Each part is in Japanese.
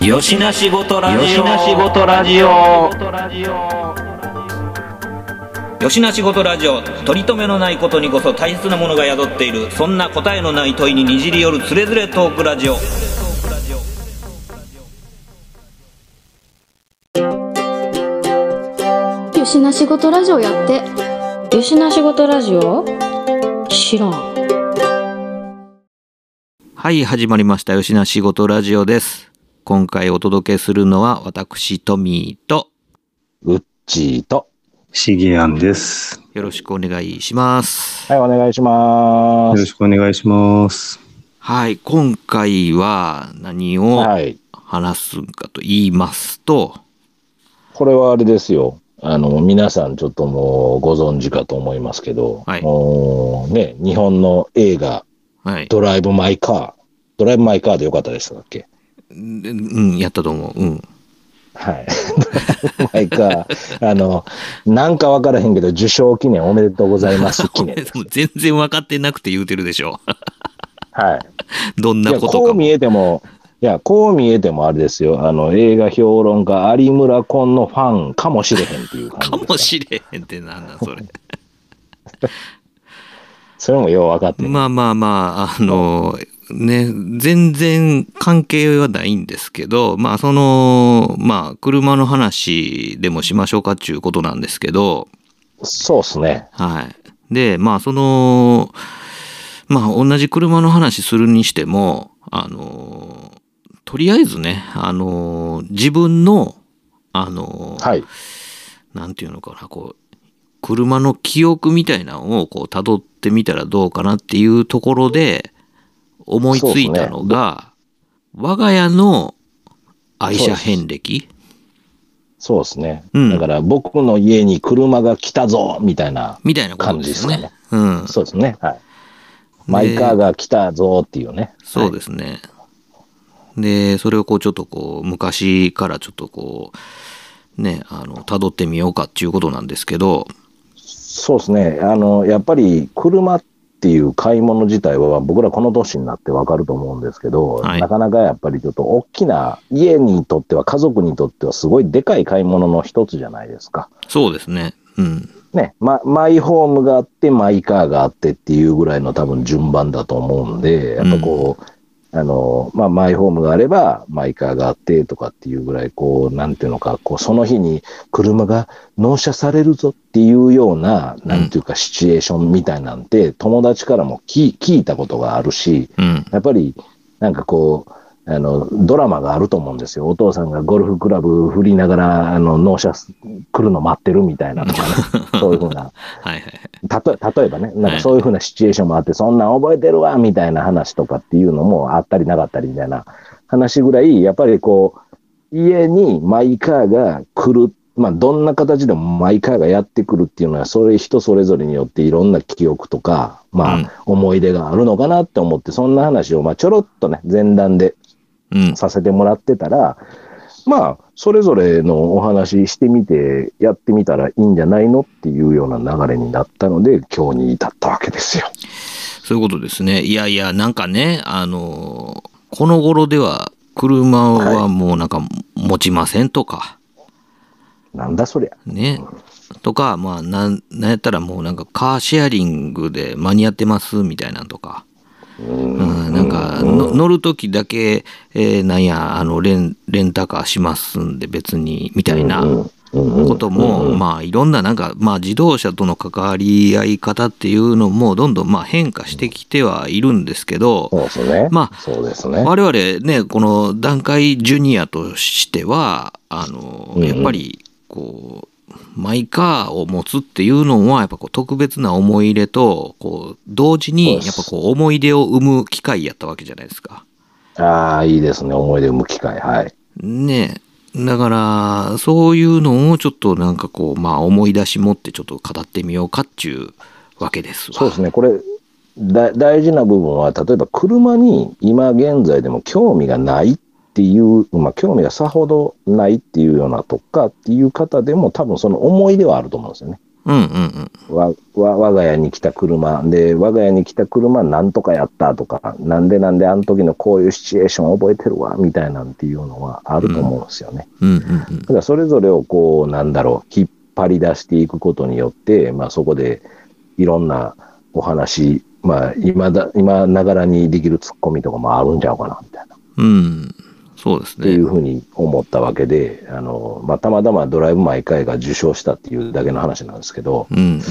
よしなしごとラジオ。よしなしごとラジオ。取り留めのないことにこそ大切なものが宿っている。そんな答えのない問いににじり寄るつれづれトークラジオ。 よしなしごとラジオやって。 よしなしごとラジオ知らん。 はい、始まりましたよしなしごとラジオです。今回お届けするのは私トミーとウッチーとシゲアンです。 よろしくお願いします。 はい、お願いします。 よろしくお願いします。 はい、今回は何を話すかと言いますと、 これはあれですよ。皆さんちょっともうご存知かと思いますけど、 はい、 もうね、日本の映画、 はい、 ドライブ・マイ・カーでよかったでしたっけ？ うん、やったと思う。うん。 はい。ドライブ・マイ・カー、なんかわからへんけど、受賞記念おめでとうございます記念です。 全然分かってなくて言うてるでしょ。 はい。 どんなことかも。 こう見えてもあれですよ。映画評論家有村昆のファンかもしれへんっていう感じですか。 かもしれへんってなんだそれ。 それもよう分かってる。 まあね、全然関係はないんですけど、車の話でもしましょうかっていうことなんですけど。 そうですね。 はい。で、同じ車の話するにしても、とりあえずね、自分の、 はい。 なんていうのかな、車の記憶みたいなのを辿ってみたらどうかなっていうところで思いついたのが、我が家の愛車遍歴。 そうですね。だから僕の家に車が来たぞみたいな感じですね。そうですね。はい。マイカーが来たぞっていうね。 そうですね。で、それをちょっと昔からちょっと辿ってみようかっていうことなんですけど。 そうですね。やっぱり車っていう買い物自体は僕らこの年になってわかると思うんですけど、はい、なかなかやっぱりちょっと大きな家にとっては家族にとってはすごいでかい買い物の一つじゃないですか。 そうですね。うん。 ね、マイホームがあってマイカーがあってっていうぐらいの多分順番だと思うんで、やっぱマイホームがあればマイカーがあってとかっていうぐらいなんていうのか、その日に車が納車されるぞっていうような、なんていうかシチュエーションみたいなんて友達からも聞いたことがあるし、やっぱりなんかドラマがあると思うんですよ。お父さんがゴルフクラブ振りながら、納車来るの待ってるみたいなとかね。そういうふうな。はいはい。例えばね、なんかそういうふうなシチュエーションもあって、そんなん覚えてるわみたいな話とかっていうのもあったりなかったりみたいな話ぐらい、やっぱり家にマイカーが来る。どんな形でもマイカーがやってくるっていうのは、人それぞれによっていろんな記憶とか、思い出があるのかなって思って、そんな話をちょろっとね、前段でさせてもらってたら、それぞれのお話してみて、やってみたらいいんじゃないのっていうような流れになったので、今日に至ったわけですよ。 そういうことですね。いや、なんかね、この頃では車はもうなんか持ちませんとか。 なんだそりゃ。 ね。とか、なんやったらもうなんかカーシェアリングで間に合ってますみたいなんとか。なんか乗るときだけ、レンタカーしますんで別にみたいなことも、いろんななんか自動車との関わり合い方っていうのもどんどん変化してきてはいるんですけど、 そうですね。 我々ねこの段階ジュニアとしてはやっぱりマイカーを持つっていうのはやっぱ特別な思い入れと同時にやっぱ思い出を生む機会やったわけじゃないですか。 ああ、いいですね。思い出を生む機会。はい。 ねえ。だからそういうのをちょっとなんか思い出し持ってちょっと語ってみようかっていうわけですわ。 そうですね。これ大事な部分は、例えば車に今現在でも興味がないっていう、興味がさほどないっていうようなとかっていう方でも多分その思い出はあると思うんですよね。 うんうん我が家に来た車で、我が家に来た車なんとかやったとか、なんであの時のこういうシチュエーション覚えてるわみたいなんっていうのはあると思うんですよね。 うんうんだからそれぞれをこう引っ張り出していくことによって、そこでいろんなお話、今ながらにできるツッコミとかもあるんちゃうかなみたいな。 そうですね。 っていうふうに思ったわけで、たまたまドライブ・マイ・カーが受賞したっていうだけの話なんですけど、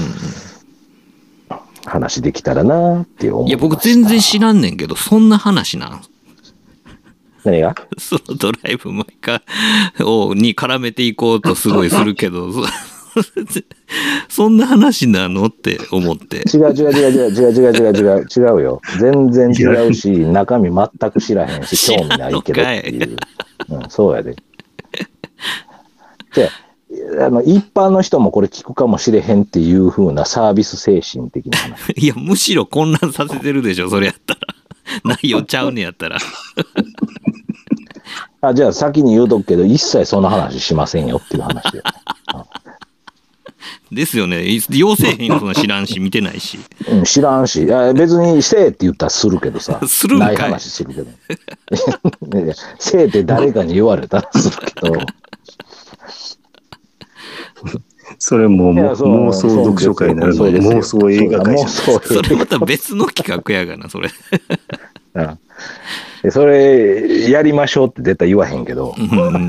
話できたらなって思いました。 いや、僕全然知らんねんけど、そんな話なん？ 何が？ そのドライブ・マイ・カーに絡めていこうとすごいするけど、そんな話なのって思って。 違うよ。全然違うし、中身全く知らへんし、興味ないけどっていう。そうやで。一般の人もこれ聞くかもしれへんっていう風なサービス精神的な話。 いや、むしろ混乱させてるでしょ、それやったら。内容ちゃうねやったら。 じゃあ先に言うとくけど、一切その話しませんよっていう話よ。 ですよね。要せえへんよ、そんな知らんし、見てないし。 知らんし、別にせえって言ったらするけどさ。 するんかい。 ない話するけど。せえって誰かに言われたらするけど。 それも妄想読書会になるので、妄想映画会。 それまた別の企画やがな、それ。 それ、やりましょうって絶対言わへんけど。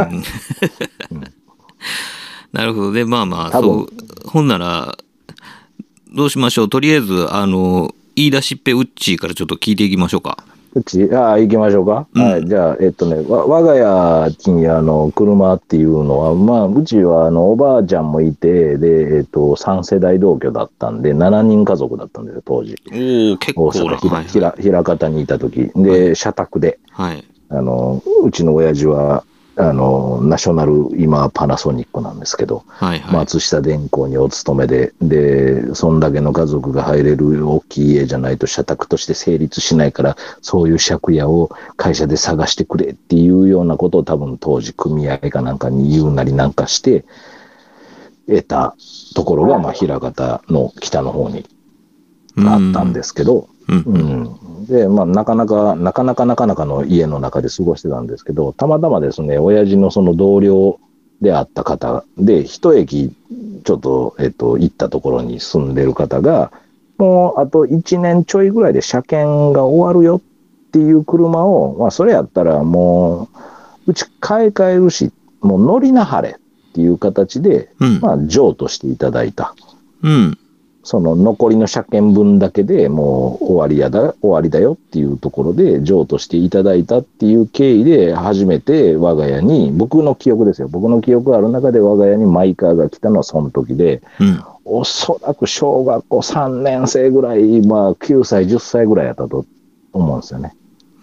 なるほど。で、そう。ほんなら、どうしましょう。とりあえず、言い出しっぺウッチーからちょっと聞いていきましょうか。 行きましょうか。はい。じゃあ、我が家に車っていうのは、うちはおばあちゃんもいて、で、3世代同居だったんで、7人家族だったんですよ、当時。 結構な。 大阪、枚方にいた時。で、社宅で。 はい。 うちの親父は、ナショナル、今はパナソニックなんですけど、松下電工にお勤めで、そんだけの家族が入れる大きい家じゃないと社宅として成立しないから、そういう借家を会社で探してくれっていうようなことを多分当時組合かなんかに言うなりなんかして、得たところが、枚方の北の方にあったんですけど、で、なかなかの家の中で過ごしてたんですけど、たまたまですね、親父のその同僚であった方で、一駅ちょっと、行ったところに住んでる方が、もうあと1年ちょいぐらいで車検が終わるよっていう車を、それやったらもう、うち買い替えるし、もう乗りなはれっていう形で、譲渡していただいた。その残りの車検分だけでもう終わりだよっていうところで譲渡していただいたっていう経緯で初めて我が家に、僕の記憶ある中で我が家にマイカーが来たのはその時で、おそらく小学校3年生ぐらい、9歳、10歳ぐらいやったと思うんですよね。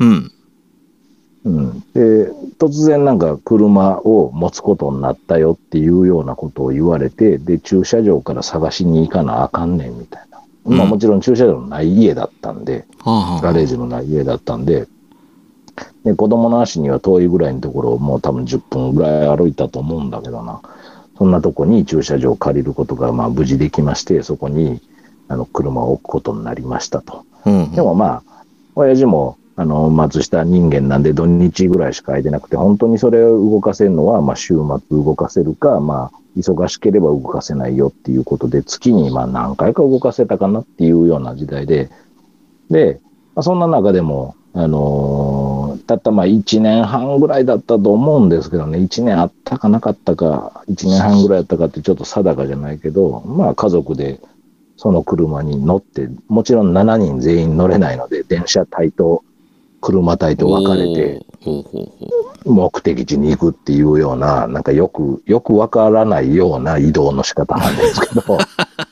で、突然なんか車を持つことになったよっていうようなことを言われて、で、駐車場から探しに行かなあかんねんみたいな。もちろん駐車場のない家だったんで、ガレージのない家だったんで、で、子供の足には遠いぐらいのところをもう多分10分ぐらい歩いたと思うんだけどな。そんなとこに駐車場を借りることが無事できまして、そこに車を置くことになりましたと。でも親父も松下人間なんで土日ぐらいしか空いてなくて、本当にそれを動かせるのは、週末動かせるか、忙しければ動かせないよっていうことで、月に何回か動かせたかなっていうような時代で、そんな中でも、たった1年半ぐらいだったと思うんですけどね、1年あったかなかったか、1年半ぐらいだったかってちょっと定かじゃないけど、家族でその車に乗って、もちろん7人全員乗れないので、電車帯と車帯と分かれて、目的地に行くっていうような、なんかよくわからないような移動の仕方なんですけど、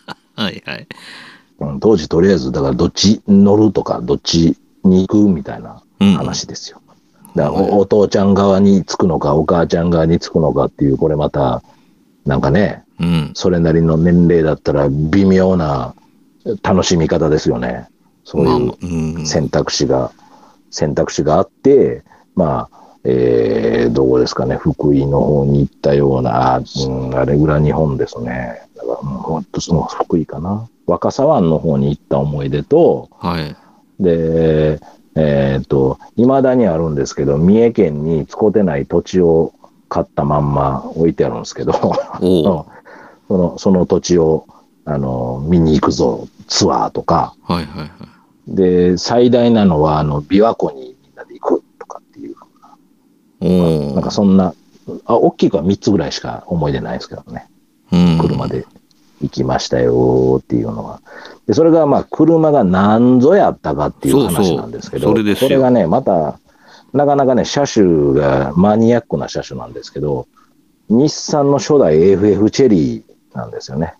当時とりあえず、だからどっち乗るとか、どっちに行くみたいな話ですよ。だからお父ちゃん側につくのか、お母ちゃん側につくのかっていう、これまた、なんかね、それなりの年齢だったら微妙な楽しみ方ですよね。そういう選択肢があって、 どこですかね、福井の方に行ったような、あれぐらい日本ですね。だからもっとその福井かな。若狭湾の方に行った思い出と、 はい。 で、未だにあるんですけど、三重県に使ってない土地を買ったまんま置いてあるんですけど、その土地を、見に行くぞ、ツアーとか、 はいはいはい。 で、最大なのは、琵琶湖にみんなで行くとかっていう。なんかそんな、大きくは3つぐらいしか思い出ないですけどね。車で行きましたよっていうのは。で、それがまあ、車が何ぞやったかっていう話なんですけど、 それがね、また、なかなかね、車種がマニアックな車種なんですけど、日産の初代 FF チェリーなんですよね。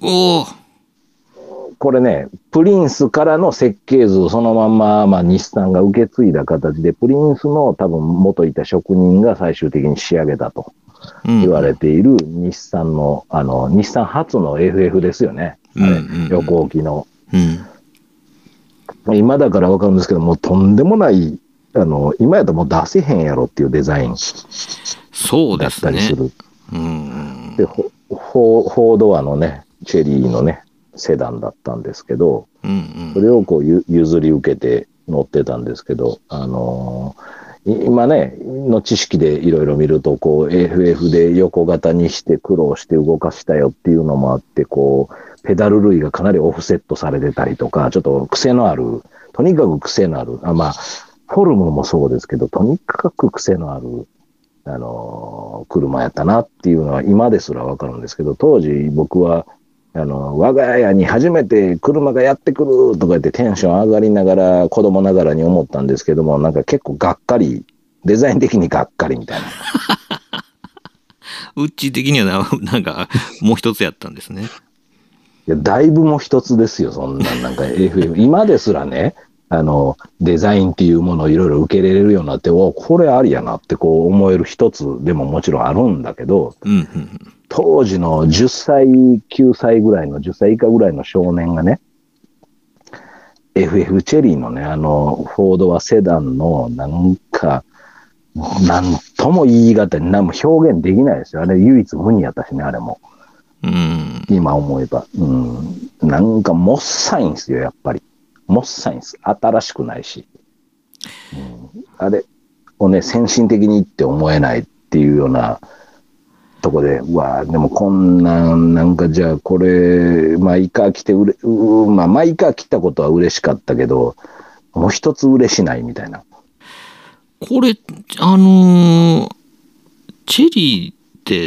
これね、プリンスからの設計図をそのまま、まあ、日産が受け継いだ形で、プリンスの多分元いた職人が最終的に仕上げたと言われている日産の、日産初の FF ですよね。横置きの。今だからわかるんですけど、もうとんでもない、今やったらもう出せへんやろっていうデザインだったりする。で、4ドアのね、チェリーのね、セダンだったんですけど、それをこう譲り受けて乗ってたんですけど、今ね、の知識でいろいろ見ると、こう FF で横型にして苦労して動かしたよっていうのもあって、こう、ペダル類がかなりオフセットされてたりとか、ちょっと癖のある、とにかく癖のある、まあ、フォルムもそうですけど、とにかく癖のある、車やったなっていうのは今ですらわかるんですけど、当時僕は、我が家に初めて車がやってくるとか言ってテンション上がりながら子供ながらに思ったんですけども、なんか結構がっかり、デザイン的にがっかりみたいな。 うち的にはなんかもう一つやったんですね。 いや、だいぶもう一つですよ、そんなんか FF。今ですらね、デザインっていうものをいろいろ受け入れれるようになって、これありやなってこう思える一つでももちろんあるんだけど、当時の10歳、9歳ぐらいの、10歳以下ぐらいの少年がね、FF チェリーのね、フォードはセダンの、なんか、なんとも言い難い、なんも表現できないですよ。あれ唯一無二やったしね、あれも。今思えば。なんかもっさいんですよ、やっぱり。もっさいんです。新しくないし。あれをね、先進的にって思えないっていうような、とこで、でもこんなんかじゃあこれ、マイカー来てマイカー来たことは嬉しかったけど、もう一つ嬉しないみたいな。 これ、チェリーって、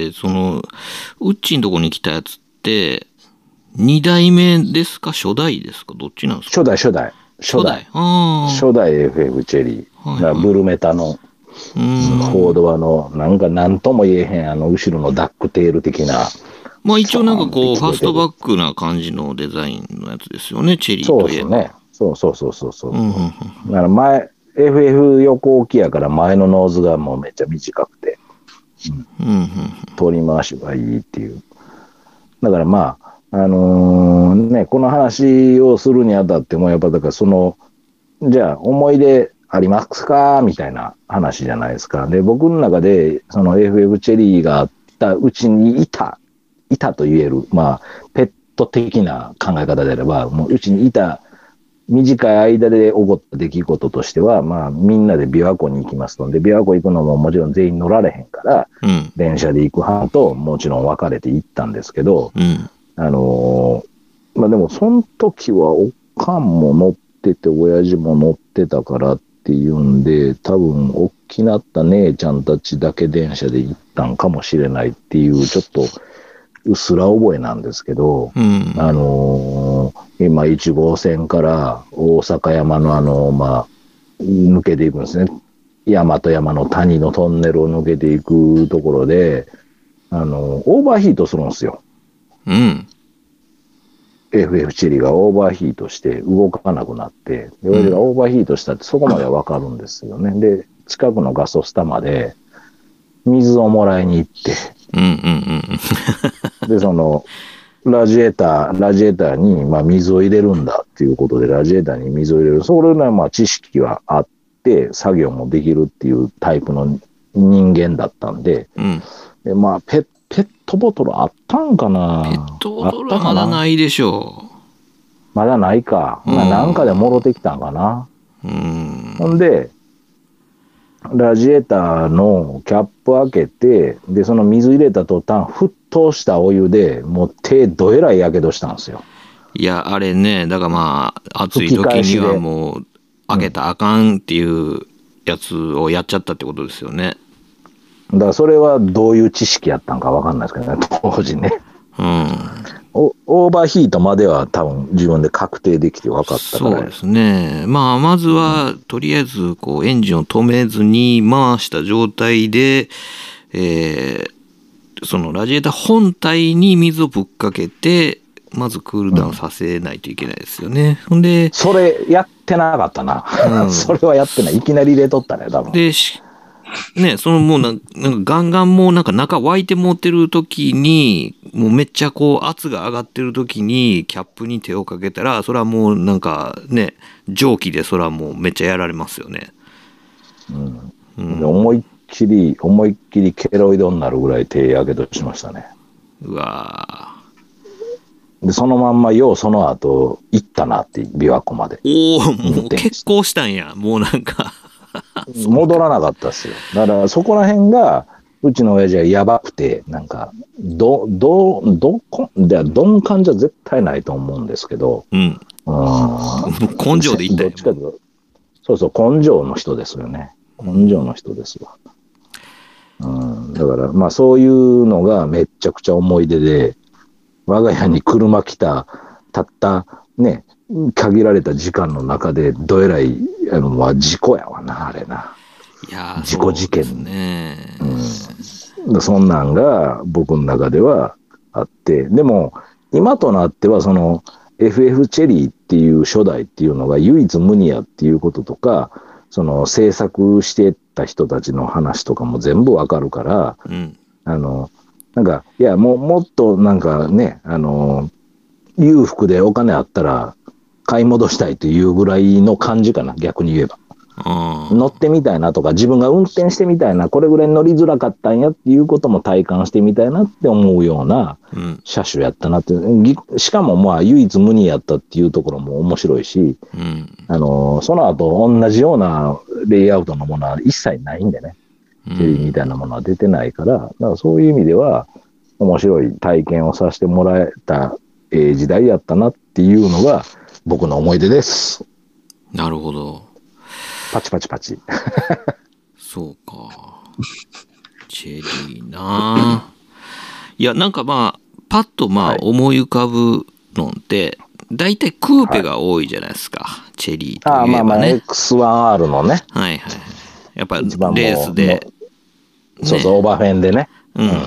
うっちんとこに来たやつって、2代目ですか初代ですかどっちなんですか？ 初代。初代 FF チェリー。ブルメタの。フォードはなんか何とも言えへん、後ろのダックテール的な。 まあ一応なんかこう、ファストバックな感じのデザインのやつですよね、チェリーといえば。 そうそう。だからFF 横置きやから前のノーズがもうめっちゃ短くて、取り回しがいいっていう。だからまあ、ね、この話をするにあたっても、やっぱだからじゃあ思い出、ありますかみたいな話じゃないですか。で、僕の中で、FF チェリーがあったうちにいたと言える、まあ、ペット的な考え方であれば、もううちにいた短い間で起こった出来事としては、まあ、みんなで琵琶湖に行きますので、琵琶湖行くのももちろん全員乗られへんから、電車で行く派ともちろん分かれて行ったんですけど、まあでも、その時はおかんも乗ってて、親父も乗ってたからっていうんで、多分、大きなった姉ちゃんたちだけ電車で行ったんかもしれないっていう、ちょっと、うっすら覚えなんですけど、今、1号線から大阪山のまあ、抜けていくんですね。山と山の谷のトンネルを抜けていくところで、オーバーヒートするんですよ。FF チェリーがオーバーヒートして動かなくなって、親父がオーバーヒートしたってそこまではわかるんですよね。で、近くのガソスタまで水をもらいに行って、で、ラジエーターに、まあ、水を入れるんだっていうことで、ラジエーターに水を入れる。それの、まあ、知識はあって作業もできるっていうタイプの人間だったんで、でまあペットボトルあったんかな。 ペットボトルはまだないでしょう。 まだないか。なんかでもろてきたんかな。ほんで、ラジエーターのキャップ開けて、で、その水入れた途端、沸騰したお湯でもう手どえらいやけどしたんですよ。 いや、あれね、だからまあ、暑い時にはもう、開けたらあかんっていうやつをやっちゃったってことですよね。 だからそれはどういう知識やったんかわかんないですけどね、当時ね。オーバーヒートまでは多分自分で確定できて分かったから。 そうですね。まあ、まずは、とりあえず、こう、エンジンを止めずに回した状態で、そのラジエーター本体に水をぶっかけて、まずクールダウンさせないといけないですよね。ほんで、 それやってなかったな。それはやってない。いきなり入れとったね、多分。 で、ね、そのもうなんかガンガンもうなんか中沸いて持ってる時に、もうめっちゃこう圧が上がってる時にキャップに手をかけたら、それはもうなんかね、蒸気でそれはもうめっちゃやられますよね。 思いっきりケロイドになるぐらい手やけどしましたね。 うわで、そのまんまその後行ったなって、琵琶湖まで。 おお、もう結構したんや。もうなんか戻らなかったっすよ。だからそこら辺が、うちの親父はやばくて、なんか、鈍感じは絶対ないと思うんですけど、 根性で言ったよ。 どっちかというと、そうそう、根性の人ですよね。根性の人ですわ。だから、まあそういうのがめっちゃくちゃ思い出で、我が家に車来た、たったね、限られた時間の中で、どえらい、事故やわな、あれな。 いや事故事件ですね。 そんなんが僕の中ではあって、でも、今となっては、その、FF チェリーっていう初代っていうのが唯一無二やっていうこととか、その制作してた人たちの話とかも全部わかるから、なんか、いや、もっとなんかね、裕福でお金あったら買い戻したいというぐらいの感じかな、逆に言えば。乗ってみたいなとか、自分が運転してみたいな、これぐらい乗りづらかったんやっていうことも体感してみたいなって思うような車種やったなって、しかもまあ唯一無二やったっていうところも面白いし、その後同じようなレイアウトのものは一切ないんでね、チェリーみたいなものは出てないから、だからそういう意味では面白い体験をさせてもらえた時代やったなっていうのが僕の思い出です。 なるほど。 パチパチパチ。 そうか。チェリーな。いや、なんかまあ、パッとまあ思い浮かぶのって、大体クーペが多いじゃないですか。チェリーといえばね。 まあまあ、X1R のね。 はいはい。やっぱりレースで。 そうそう、オーバーフェンでね。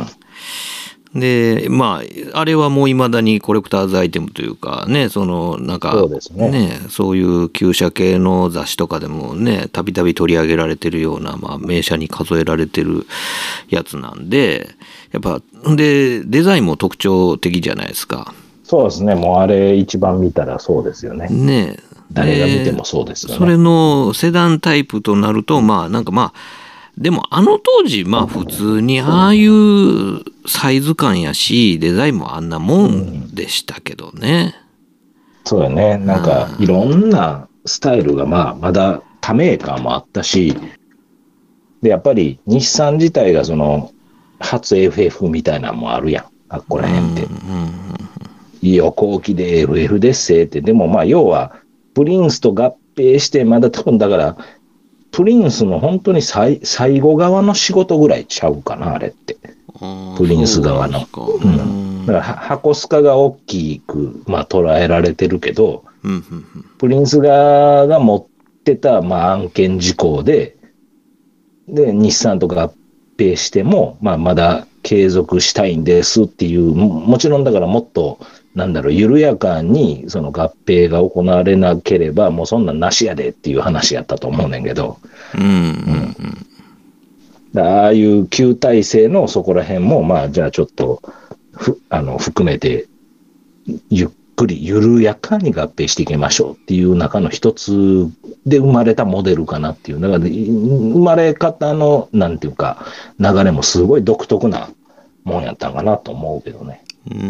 で、まあ、あれはもう未だにコレクターズアイテムというかね、その、なんか、そういう旧車系の雑誌とかでもね、たびたび取り上げられてるような、まあ、名車に数えられてるやつなんで、やっぱ、で、デザインも特徴的じゃないですか。 そうですね、もうあれ一番見たらそうですよね。 ね、 誰が見てもそうですよね。 それのセダンタイプとなると、まあ、なんかまあ、でもあの当時、まあ普通にああいうサイズ感やし、デザインもあんなもんでしたけどね。 そうよね。なんかいろんなスタイルがまあまだ他メーカーもあったし、で、やっぱり日産自体がその初 FF みたいなのもあるやん。あっこら辺って。横置きで FF でっせーって。でもまあ要はプリンスと合併して、まだ多分だから、プリンスの本当に最後側の仕事ぐらいちゃうかな、あれって。プリンス側の。だから箱スカが大きく、まあ、捉えられてるけど、プリンス側が持ってた、まあ、案件事項で、日産と合併しても、まあ、まだ継続したいんですっていう、もちろんだからもっと、なんだろう、緩やかにその合併が行われなければ、もうそんなんなしやでっていう話やったと思うねんけど、ああいう旧体制のそこら辺も、まあ、じゃあちょっと含めて、ゆっくり緩やかに合併していきましょうっていう中の一つで生まれたモデルかなっていう。だから生まれ方のなんていうか流れもすごい独特なもんやったんかなと思うけどね。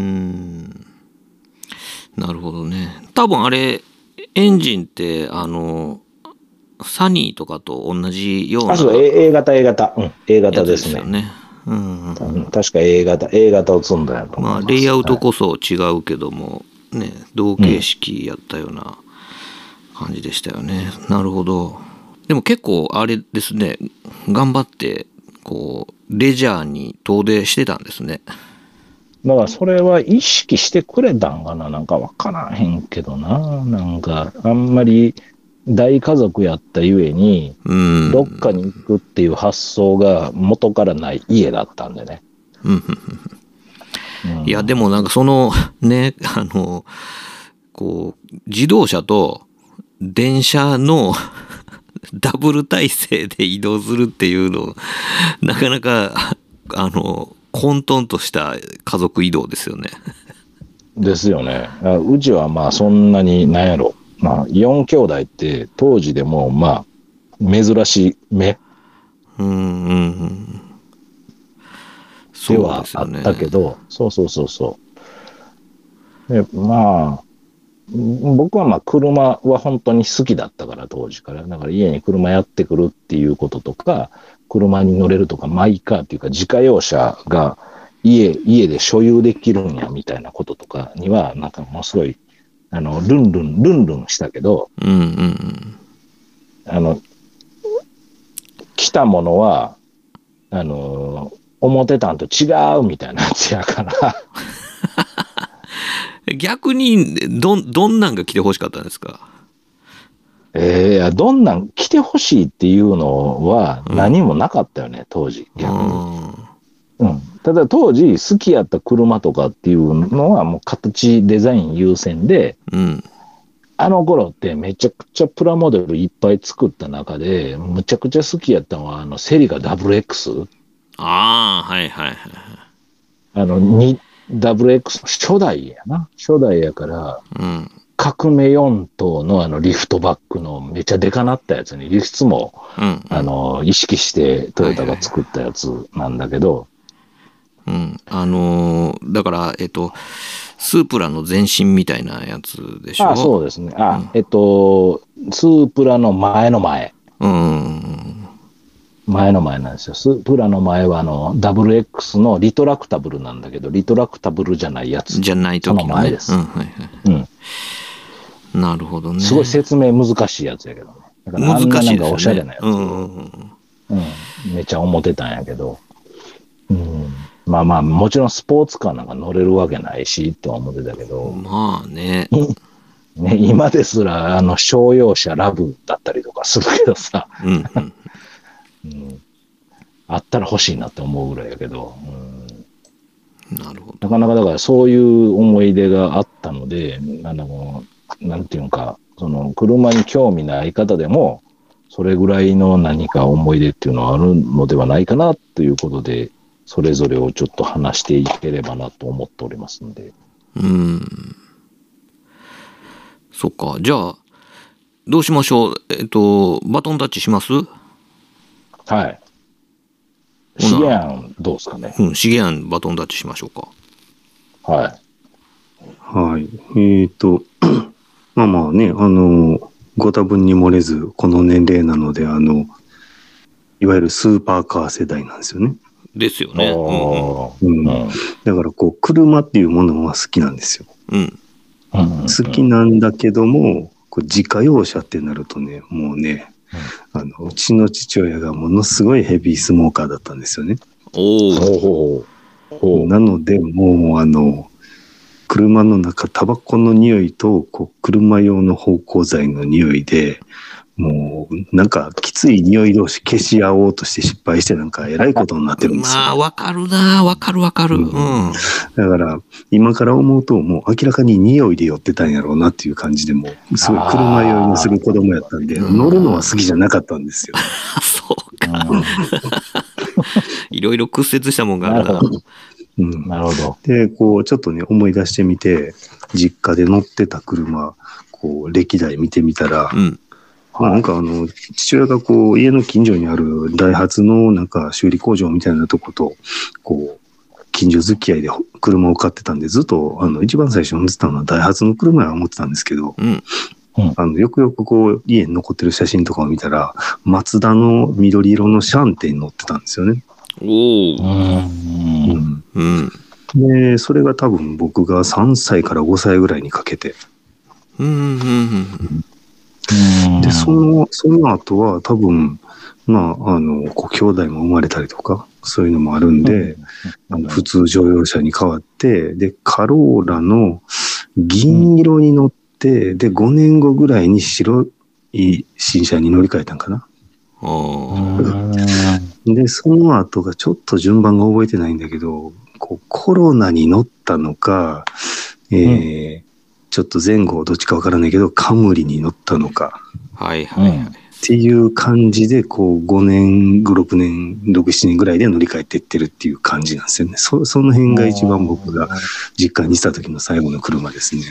なるほどね。多分あれエンジンってサニーとかと同じような。 そう、A 型、A 型ですね。 よね。 確か A 型を積んだやと思います。 レイアウトこそ違うけども、ね、同形式やったような感じでしたよね。なるほど。でも結構あれですね、頑張ってこうレジャーに遠出してたんですね。 だからそれは意識してくれたんかな、なんかわからへんけどな、なんかあんまり大家族やったゆえに、どっかに行くっていう発想が元からない家だったんでね。 いやでもなんかそのね、こう自動車と電車のダブル体制で移動するっていうのなかなか混沌とした家族移動ですよね。 ですよね。うちはまあそんなになんやろ、まあ4兄弟って当時でもまあ珍しい目ではあったけど、でまあ僕はまあ車は本当に好きだったから当時から、だから家に車やってくるっていうこととか、車に乗れるとか、マイカーっていうか自家用車が家で所有できるんやみたいなこととかにはなんかもうすごいルンルンしたけど、来たものは思ってたんと違うみたいなやつやから逆にどんなんが来てほしかったんですか？ どんなん来てほしいっていうのは何もなかったよね、当時逆に。ただ当時好きやった車とかっていうのはもう形デザイン優先で、あの頃ってめちゃくちゃプラモデルいっぱい作った中でむちゃくちゃ好きやったのはセリカ WX。 はいはいはい。 WX 初代やから、革命4頭のリフトバックのめちゃデカなったやつに、輸出も、意識してトヨタが作ったやつなんだけど、 だからスープラの前身みたいなやつでしょ。 そうですね。スープラの前の前。前なんですよ。スープラの前はWX のリトラクタブルなんだけど、リトラクタブルじゃないやつ。 じゃない時のね。 その前です。 なるほどね。 すごい説明難しいやつやけどね。だからあんななんかおしゃれなやつ。めちゃ思ってたんやけど。まあまあ、もちろんスポーツカーなんか乗れるわけないし、とは思ってたけど。 まあね。 今ですら、商用車ラブだったりとかするけどさ。あったら欲しいなって思うぐらいやけど。 なるほど。 なかなかだからそういう思い出があったので、なんていうか、車に興味ない方でも、それぐらいの何か思い出っていうのはあるのではないかなということで、それぞれをちょっと話していければなと思っておりますんで。 そっか。じゃあ、どうしましょう。バトンタッチします？ はい。シゲアンどうですかね。 シゲアンバトンタッチしましょうか。 はい。 はい。まあまあね、ご多分に漏れず、この年齢なので、いわゆるスーパーカー世代なんですよね。 ですよね。 だから車っていうものは好きなんですよ。好きなんだけども、自家用車ってなるとね、もうね、うちの父親がものすごいヘビースモーカーだったんですよね。なので、もう車の中、タバコの匂いと車用の芳香剤の匂いで、もうなんかきつい匂い同士消し合おうとして失敗してなんかえらいことになってるんですよ。 まあわかるな、わかる。だから今から思うともう明らかに匂いで寄ってたんやろうなっていう感じで、もうすごい車酔いのする子供やったんで、乗るのは好きじゃなかったんですよ。 そうか。いろいろ屈折したもんがあるな。 なるほど。 で、こう、ちょっとね、思い出してみて、実家で乗ってた車、こう、歴代見てみたら、なんか父親がこう、家の近所にあるダイハツのなんか修理工場みたいなとこと、こう、近所付き合いで車を買ってたんで、ずっと、一番最初に乗ってたのはダイハツの車や思ってたんですけど、よくよくこう、家に残ってる写真とかを見たら、マツダの緑色のシャンテに乗ってたんですよね。で、それが多分僕が3歳から5歳ぐらいにかけて。で、その後は多分、まあ、ご兄弟も生まれたりとか、そういうのもあるんで、普通乗用車に変わって、で、カローラの銀色に乗って、で、5年後ぐらいに白い新車に乗り換えたんかな。で、その後がちょっと順番が覚えてないんだけど、こうコロナに乗ったのか、ちょっと前後どっちかわからないけど、カムリに乗ったのか。っていう感じで、こう5年、6年、6、7年ぐらいで乗り換えていってるっていう感じなんですよね。その辺が一番僕が実家にした時の最後の車ですね。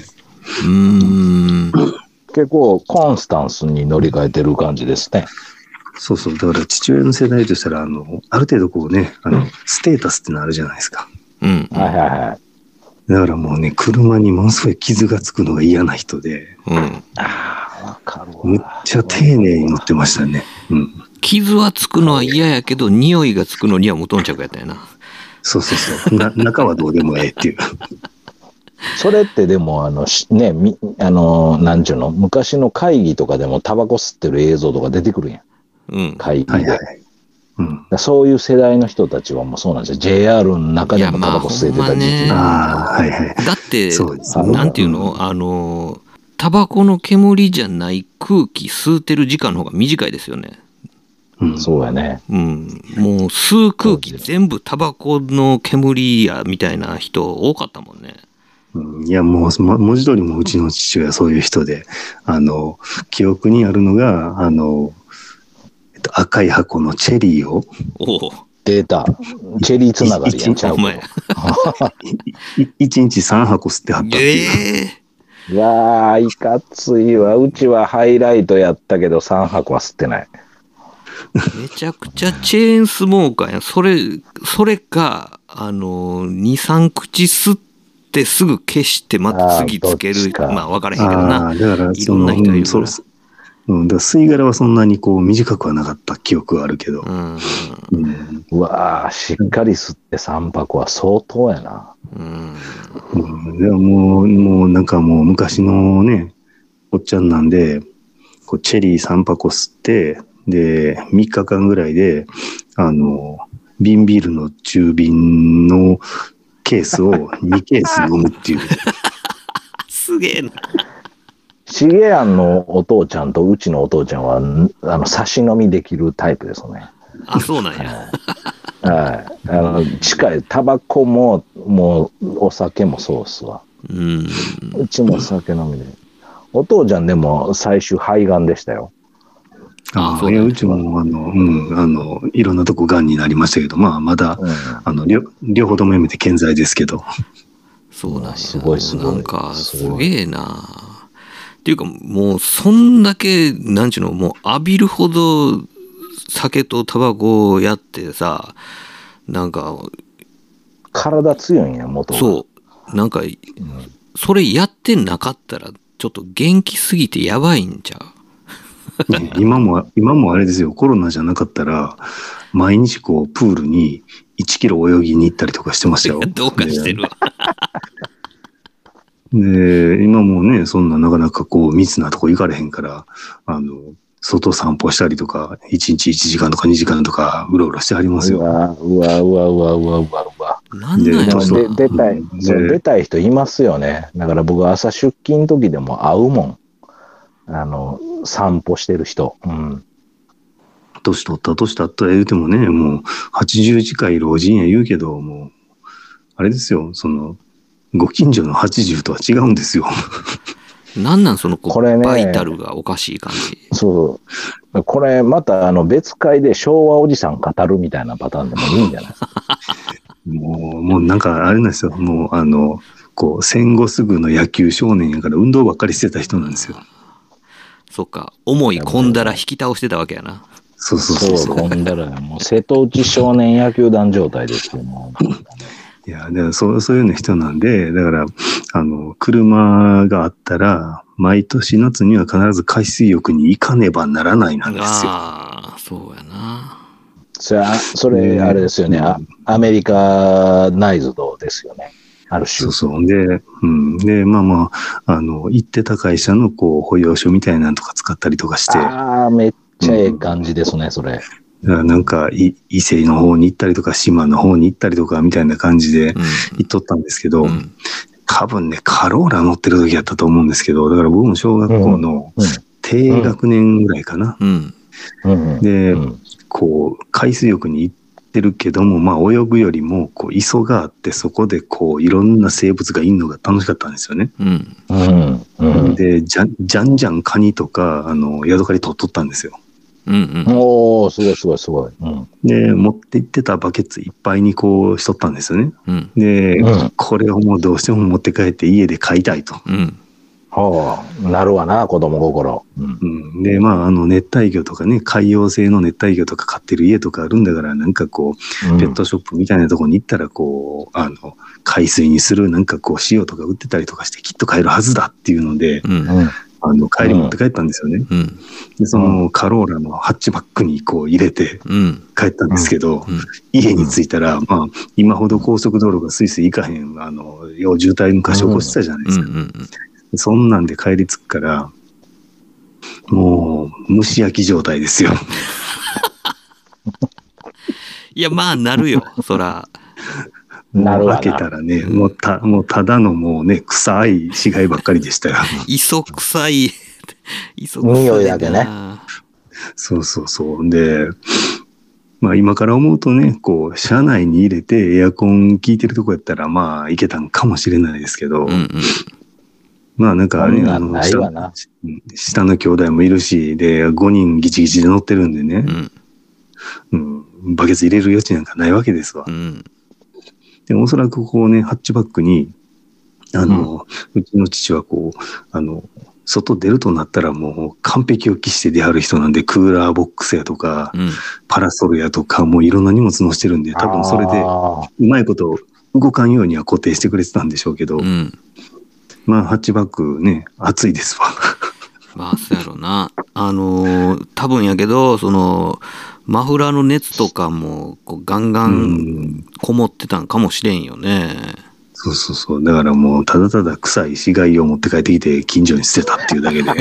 結構コンスタンスに乗り換えてる感じですね。 そうそう。だから父親の世代としたら、ある程度こうね、ステータスってのあるじゃないですか。だからもうね、車にものすごい傷がつくのが嫌な人で、むっちゃ丁寧に乗ってましたね。 傷はつくのは嫌やけど、匂いがつくのには無頓着やったよな。 そうそうそう。中はどうでもええっていう。 それってでも、なんちゅうの、昔の会議とかでもタバコ吸ってる映像とか出てくるやん。会議で。そういう世代の人たちはもうそうなんですよ。JR の中でもタバコ吸えてた時期。 だって、なんていうの、タバコの煙じゃない空気吸うてる時間の方が短いですよね。 そうやね。 もう吸う空気全部タバコの煙やみたいな人多かったもんね。 いや、もう文字通りもうちの父親はそういう人で、記憶にあるのが、赤い箱のチェリーを。 出た。チェリーつながりやんちゃう。 1日3箱吸ってはったっていう。 いやー、いかついわ。うちはハイライトやったけど3箱は吸ってない。 めちゃくちゃチェーンスモーカーやん。それか、2、3口吸ってすぐ消してまた次つける。まあ分からへんけどな。 だからいろんな人いるから。 だから吸い殻はそんなにこう短くはなかった記憶はあるけど。 うわー、しっかり吸って3箱は相当やな。 でもうなんかもう昔のね、おっちゃんなんで、こうチェリー3箱吸って、で、3日間ぐらいで、瓶ビールの中瓶のケースを2ケース飲むっていう。 すげえな。 シゲアンのお父ちゃんとうちのお父ちゃんは、差し飲みできるタイプですね。 あ、そうなんや。 はい。近い、タバコも、もう、お酒もそうっすわ。うちも酒飲みで。お父ちゃんでも最終肺がんでしたよ。 うちも、いろんなとこがんになりましたけど、まあ、まだ、両方ともやめて健在ですけど。 そうなんや。 すごいすごい。 なんか、すげえな。っていうか、もう、そんだけ、なんちゅうの、もう浴びるほど、酒とタバコをやってさ、なんか、 体強いんや、元は。 そう。なんか、それやってなかったら、ちょっと元気すぎてやばいんちゃう？ 今もあれですよ、コロナじゃなかったら、毎日こう、プールに1キロ泳ぎに行ったりとかしてましたよ。 どうかしてるわ。 で、今もね、そんななかなかこう、密なとこ行かれへんから、外散歩したりとか、1日1時間とか2時間とか、うろうろしてはりますよ。 うわ。 なんなんやろな。 出たい人いますよね。だから僕朝出勤の時でも会うもん。散歩してる人。 年取った言うてもね、もう80近い老人や言うけど、もう、あれですよ、ご近所の80とは違うんですよ。 なんなんそのこれね、 バイタルがおかしい感じ。 そう。これまた別会で昭和おじさん語るみたいなパターンでもいいんじゃないですか。 もうなんかあれなんですよ。もうこう戦後すぐの野球少年やから運動ばっかりしてた人なんですよ。 そっか。重い込んだら引き倒してたわけやな。 そう。 込んだら、もう瀬戸内少年野球団状態ですよ、もう。 いや、だからそういうような人なんで、だから、車があったら、毎年夏には必ず海水浴に行かねばならないなんですよ。 ああ、そうやな。 それ、あれですよね、アメリカナイズドですよね。ある種。 そう。で、まあ、行ってた会社の、こう、保養所みたいなのとか使ったりとかして。 ああ、めっちゃええ感じですね、それ。 なんか、伊勢の方に行ったりとか、島の方に行ったりとか、みたいな感じで行っとったんですけど、多分ね、カローラ乗ってる時やったと思うんですけど、だから僕も小学校の低学年ぐらいかな。で、こう、海水浴に行ってるけども、まあ、泳ぐよりも、こう、磯があって、そこで、こう、いろんな生物がいるのが楽しかったんですよね。で、じゃんじゃんカニとか、ヤドカリ取っとったんですよ。 おー、すごい。 で、持って行ってたバケツいっぱいにこうしとったんですよね。で、これをもうどうしても持って帰って家で飼いたいと。 なるわな、子供心。 で、まあ、熱帯魚とかね、海洋性の熱帯魚とか飼ってる家とかあるんだから、なんかこう、ペットショップみたいなところに行ったら、こう、海水にするなんかこう、塩とか売ってたりとかしてきっと買えるはずだっていうので、帰り持って帰ったんですよね。で、そのカローラのハッチバックにこう入れて帰ったんですけど、家に着いたら、まあ、今ほど高速道路がスイスイ行かへん、渋滞昔起こしてたじゃないですか。そんなんで帰り着くから、もう、蒸し焼き状態ですよ。 いや、まあ、なるよ、そら。 開けたらね、もうただのもうね、臭い死骸ばっかりでしたよ。 磯臭い。 匂いだけね。 そう。で、まあ今から思うとね、こう、車内に入れてエアコン効いてるとこやったら、まあいけたんかもしれないですけど、まあなんかね、下の兄弟もいるし、で、5人ギチギチで乗ってるんでね、バケツ入れる余地なんかないわけですわ。で、おそらくこうね、ハッチバックに、うちの父はこう、外出るとなったらもう完璧を期して出はる人なんで、クーラーボックスやとか、パラソルやとか、もういろんな荷物乗してるんで、多分それでうまいこと動かんようには固定してくれてたんでしょうけど、まあ、ハッチバックね、暑いですわ。 まあ、そうやろうな。多分やけど、マフラーの熱とかもこうガンガンこもってたんかもしれんよね。 そう。だからもうただただ臭い死骸を持って帰ってきて近所に捨てたっていうだけで。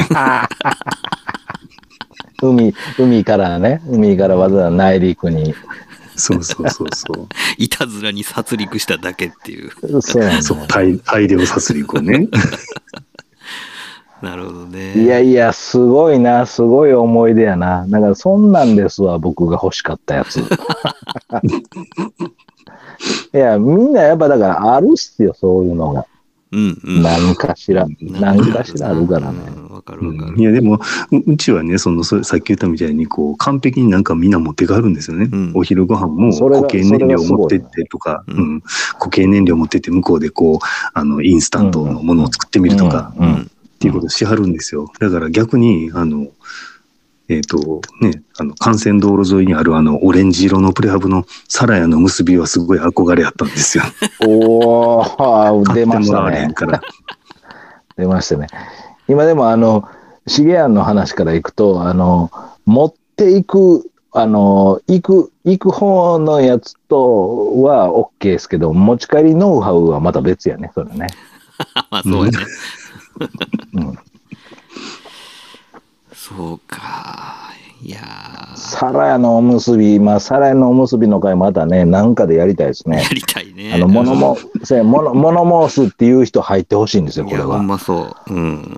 海からわざわざ内陸に。 そう。 いたずらに殺戮しただけっていう。 そう、大量殺戮をね。 なるほどね。 いや、すごい思い出やな。だからそんなんですわ、僕が欲しかったやつ。いや、みんなやっぱだからあるっすよ、そういうのが。何かしらあるからね。 わかる。 いや、でも、うちはね、さっき言ったみたいに、こう、完璧になんかみんな持って帰るんですよね。お昼ご飯も固形燃料持ってってとか、固形燃料持ってって向こうでこう、インスタントのものを作ってみるとか、っていうことをしはるんですよ。だから逆に、幹線道路沿いにあるオレンジ色のプレハブのサラヤの結びはすごい憧れあったんですよ。 おー、出ましたね。出ましたね。今でもシゲアンの話からいくと、持っていく、行く方のやつとは OK ですけど、持ち帰りノウハウはまた別やね、それね。 まあそうやね。そうか。いやサラヤのおむすび、サラヤのおむすびの回またね、なんかでやりたいですね。 やりたいね。 物申すっていう人入ってほしいんですよ、これは。 いや、ほんまそう。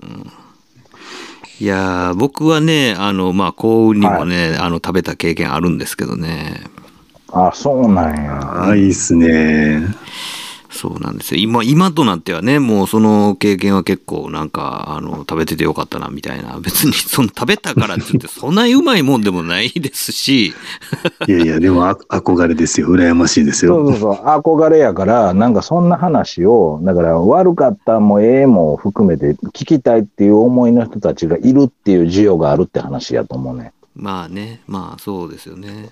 いや、僕はね、幸運にもね、食べた経験あるんですけどね。 あ、そうなんや。 いいっすね。 そうなんですよ。今となってはね、もうその経験は結構なんか、食べててよかったな、みたいな。別にその食べたからって言って、そんなにうまいもんでもないですし。 いやいや、でも憧れですよ。羨ましいですよ。 そう。憧れやから、なんかそんな話を、だから悪かったもええも含めて聞きたいっていう思いの人たちがいるっていう需要があるって話やと思うね。 まあね、まあそうですよね。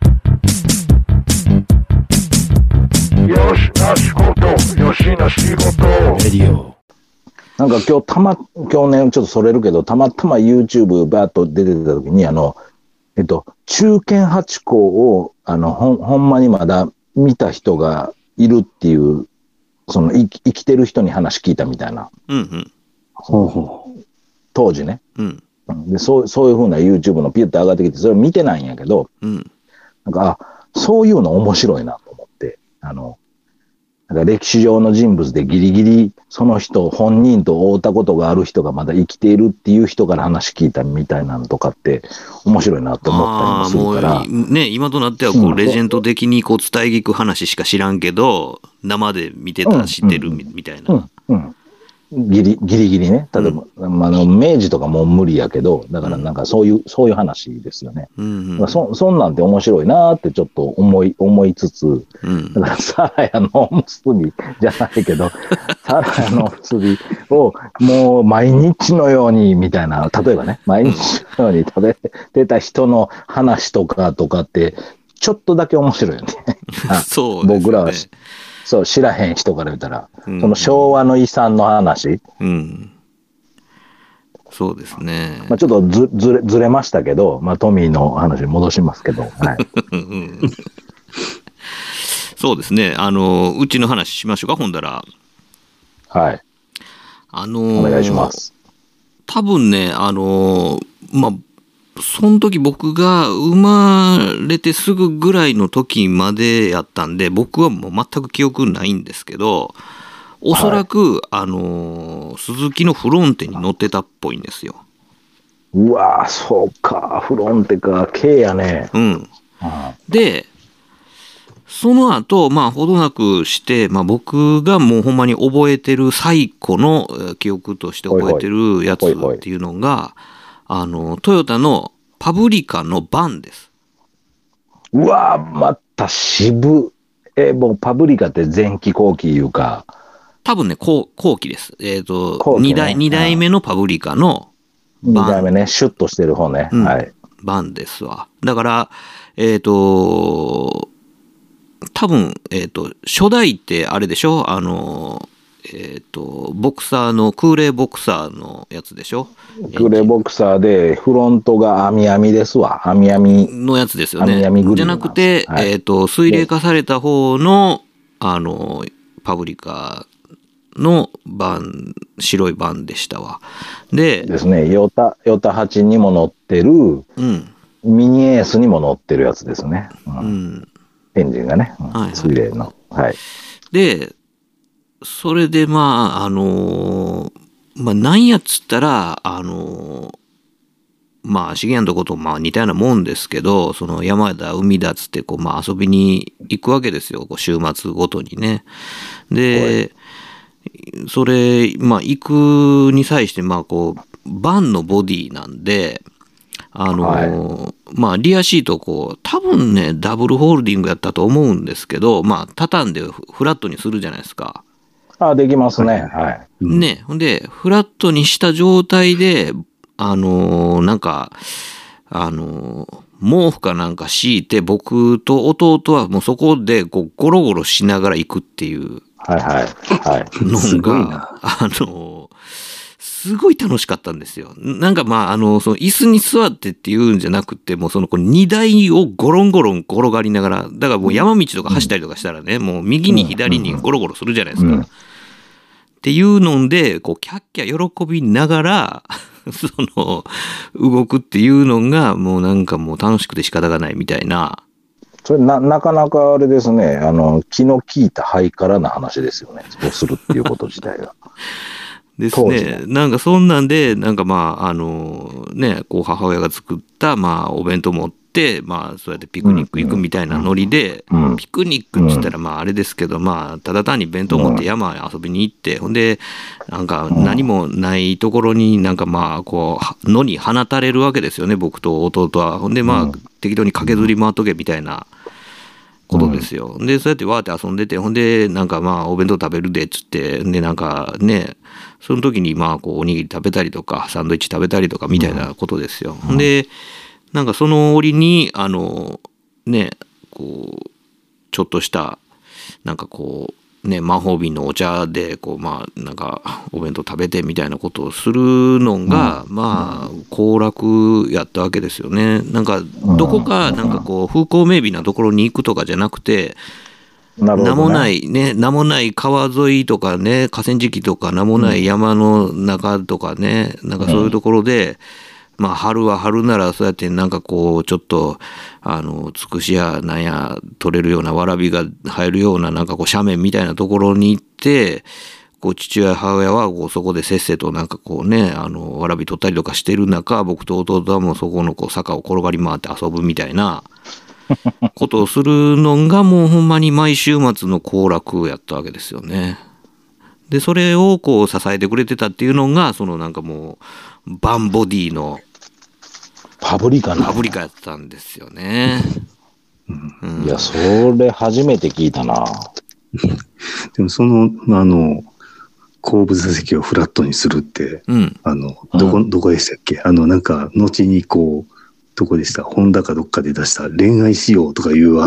よしな仕事、よしな仕事。レディオ。 なんか今日ね、ちょっとそれるけど、たまたま YouTube バーッと出てた時に、中堅八校を、ほんまにまだ見た人がいるっていう、その生きてる人に話聞いたみたいな。 うんうん。 当時ね。 うん。 で、そういう風な YouTube のピュッと上がってきて、それ見てないんやけど、 うん。 なんか、そういうの面白いなと思って、なんか歴史上の人物でギリギリその人本人と会ったことがある人がまだ生きているっていう人から話聞いたみたいなのとかって面白いなと思ったりもするから。 もうね、今となってはこう、レジェンド的にこう伝え聞く話しか知らんけど、生で見てた知ってるみたいな。 ギリギリね。例えば、明治とかもう無理やけど、だからなんかそういう話ですよね。そんなんて面白いなーってちょっと思いつつ、だからサラヤのおむすびじゃないけど、サラヤのおむすびをもう毎日のようにみたいな、例えばね、毎日のように食べてた人の話とかって、ちょっとだけ面白いよね。 そうですね。 僕らはそう、知らへん人から言ったら、その昭和の遺産の話。 そうですね。 ちょっとずれましたけど、トミーの話に戻しますけど、はい。 そうですね。うちの話しましょうか、ほんだら。 はい。お願いします。 多分ね、その時僕が生まれてすぐぐらいの時までやったんで、僕はもう全く記憶ないんですけど、おそらく、スズキのフロンテに乗ってたっぽいんですよ。 うわー、そうか、フロンテか、K やね。 で、その後、ほどなくして、僕がもうほんまに覚えてる最古の記憶として覚えてるやつっていうのが、トヨタのパブリカのバンです。 うわー、また渋。もうパブリカって前期後期いうか。 多分ね、後期です。2代目のパブリカのバン。2代目ね、シュッとしてる方ね。はい。 バンですわ。だから、多分、初代ってあれでしょ？ボクサーの、空冷ボクサーのやつでしょ？ 空冷ボクサーで、フロントが網網ですわ。網網。 のやつですよね。じゃなくて、 はい、 水冷化された方の、パブリカの白いバンでしたわ。でですね、ヨタ8にも乗ってる、ミニエースにも乗ってるやつですね。エンジンがね、水冷の。はい。 で、それでなんやっつったら、資源のとこと似たようなもんですけど、その山田海だっつって遊びに行くわけですよ、週末ごとにね。で、それ行くに際してバンのボディなんで、リアシート多分ねダブルホールディングやったと思うんですけど、畳んでフラットにするじゃないですか。 できますね。はい。 ね、ほんでフラットにした状態でなんか毛布かなんか敷いて、僕と弟はもうそこでゴロゴロしながら行くっていうのがすごい楽しかったんですよ。なんかその椅子に座ってっていうんじゃなくて、もうその荷台をゴロンゴロン転がりながら、だからもう山道とか走ったりとかしたらね、もう右に左にゴロゴロするじゃないですか。っていうので、キャッキャ喜びながら、動くっていうのが、もうなんかもう楽しくて仕方がないみたいな。 それなかなかあれですね、気の利いたハイカラな話ですよね。そうするっていうこと自体が。 ですね。なんかそんなんで、なんか母親が作ったお弁当持っ 、まあそうやってピクニック行くみたいなノリで、ピクニックって言ったらまああれですけど、まあただ単に弁当持って山へ遊びに行って、ほんでなんか何もないところになんかまあこう野に放たれるわけですよね、僕と弟は。ほんでまあ適当に駆けずり回っとけみたいなことですよ。でそうやってわーって遊んでて、ほんでなんかまあお弁当食べるでっつって、でなんかね、その時にまあこうおにぎり食べたりとかサンドイッチ食べたりとかみたいなことですよ。ほんでなんかその折にね、こうちょっとしたなんかこうね、魔法瓶のお茶でこうまあなんかお弁当食べてみたいなことをするのがまあ行楽やったわけですよね。なんかどこかなんかこう風光明媚なところに行くとかじゃなくて、名もないね、名もない川沿いとかね、河川敷とか名もない山の中とかね、なんかそういうところで、まあ春は春ならそうやってなんかこうちょっとつくしやなんや取れるようなわらびが入るようななんかこう斜面みたいなところに行って、こう父親母親はこうそこでせっせとなんかこうねわらび取ったりとかしてる中、僕と弟はもうそこのこう坂を転がり回って遊ぶみたいなことをするのがもうほんまに毎週末の行楽やったわけですよね。でそれをこう支えてくれてたっていうのがそのなんかもうバンボディのパブリカやったんですよね。 いやそれ初めて聞いたな。 でもその後部座席をフラットにするって、どこでしたっけ、なんか後にこうどこでした、ホンダかどっかで出した恋愛しようとかいう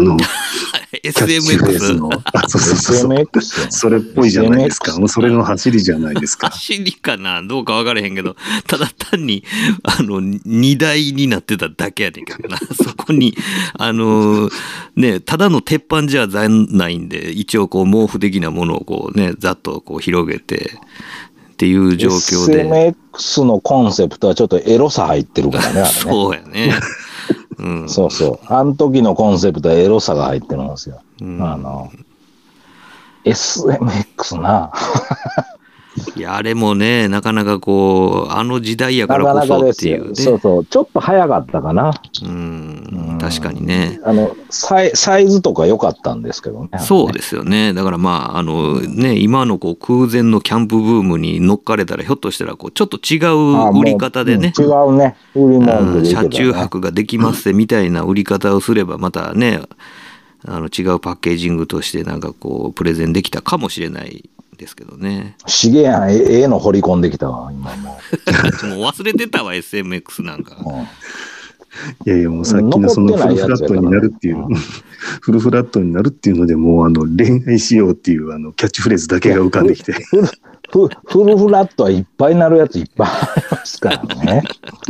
SMX のそうそれっぽいじゃないですか。もうそれの走りじゃないですか。 走りかなどうか分からへんけど、ただ単に荷台になってただけやねんけどな。そこにね、ただの鉄板じゃないんで、一応こう毛布的なものをこうねざっとこう広げてっていう状況で、 SMX のコンセプトはちょっとエロさ入ってるからね、あれね。 そうやね。 そうそう。あの時のコンセプトはエロさが入ってるんですよ。SMX な。 いやあれもねなかなかこう時代やからこそっていうね。 そうそう。ちょっと早かったかな。 確かにね。 サイズとか良かったんですけどね。 そうですよね。だからまあね、今のこう空前のキャンプブームに乗っかれたら、ひょっとしたらこうちょっと違う売り方でね、 違うね売り物で車中泊ができますみたいな売り方をすれば、またね違うパッケージングとしてなんかこうプレゼンできたかもしれないですけどね。 しげやん、の掘り込んできたわ今もう。 もう忘れてたわ SMX なんか。 いやいや、もうさっきのそのフルフラットになるっていう、フルフラットになるっていうので、もう恋愛しようっていうキャッチフレーズだけが浮かんできて。 フルフラットはいっぱいなるやついっぱいありますからね。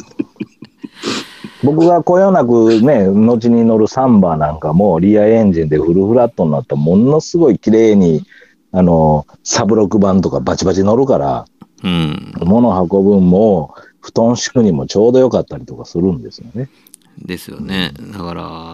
僕がこよなくね、後に乗るサンバなんかもリアエンジンでフルフラットになったらものすごい綺麗にサブロック板とかバチバチ乗るから、物運ぶんも布団敷くにもちょうどよかったりとかするんですよね。 ですよね。だから、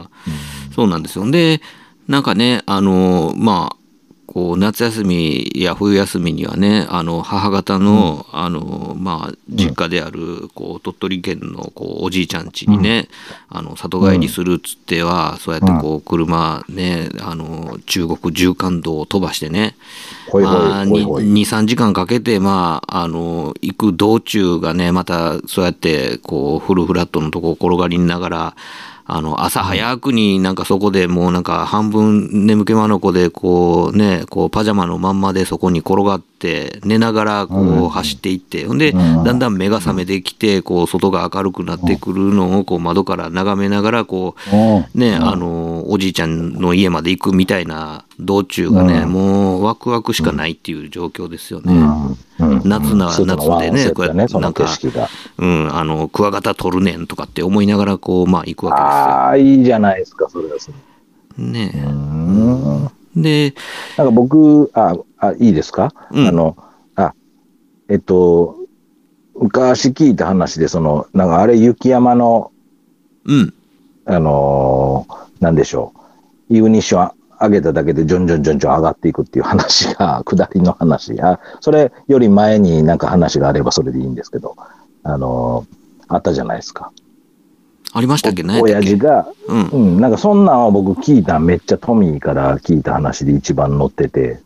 そうなんですよ。でなんかねまあこう夏休みや冬休みにはね母方の、まあ実家であるこう鳥取県のこうおじいちゃん家にね、里帰りするっつっては、そうやってこう車ね中国縦貫道を飛ばしてね、2,3 時間かけてまあ行く道中がね、またそうやってこうフルフラットのとこ転がりながら朝早くになんかそこでもうなんか半分眠気まの子でこうねこうパジャマのまんまでそこに転がって寝ながらこう走っていって、ほんでだんだん目が覚めてきてこう外が明るくなってくるのをこう窓から眺めながらこうねおじいちゃんの家まで行くみたいな道中がね、もうワクワクしかないっていう状況ですよね。夏でねこうやってなんかクワガタ取るねんとかって思いながらこうまあ行くわけですよ。 ああいいじゃないですかそれはそれ。 ねえ。でなんか僕いいですか、昔聞いた話でなんかあれ雪山のなんでしょう、イグニッション上げただけでジョンジョンジョンジョン上がっていくっていう話が下りの話、それより前になんか話があればそれでいいんですけどあったじゃないですか。 ありましたっけね。 親父が、なんかそんなんを僕聞いた、めっちゃトミーから聞いた話で一番載ってて、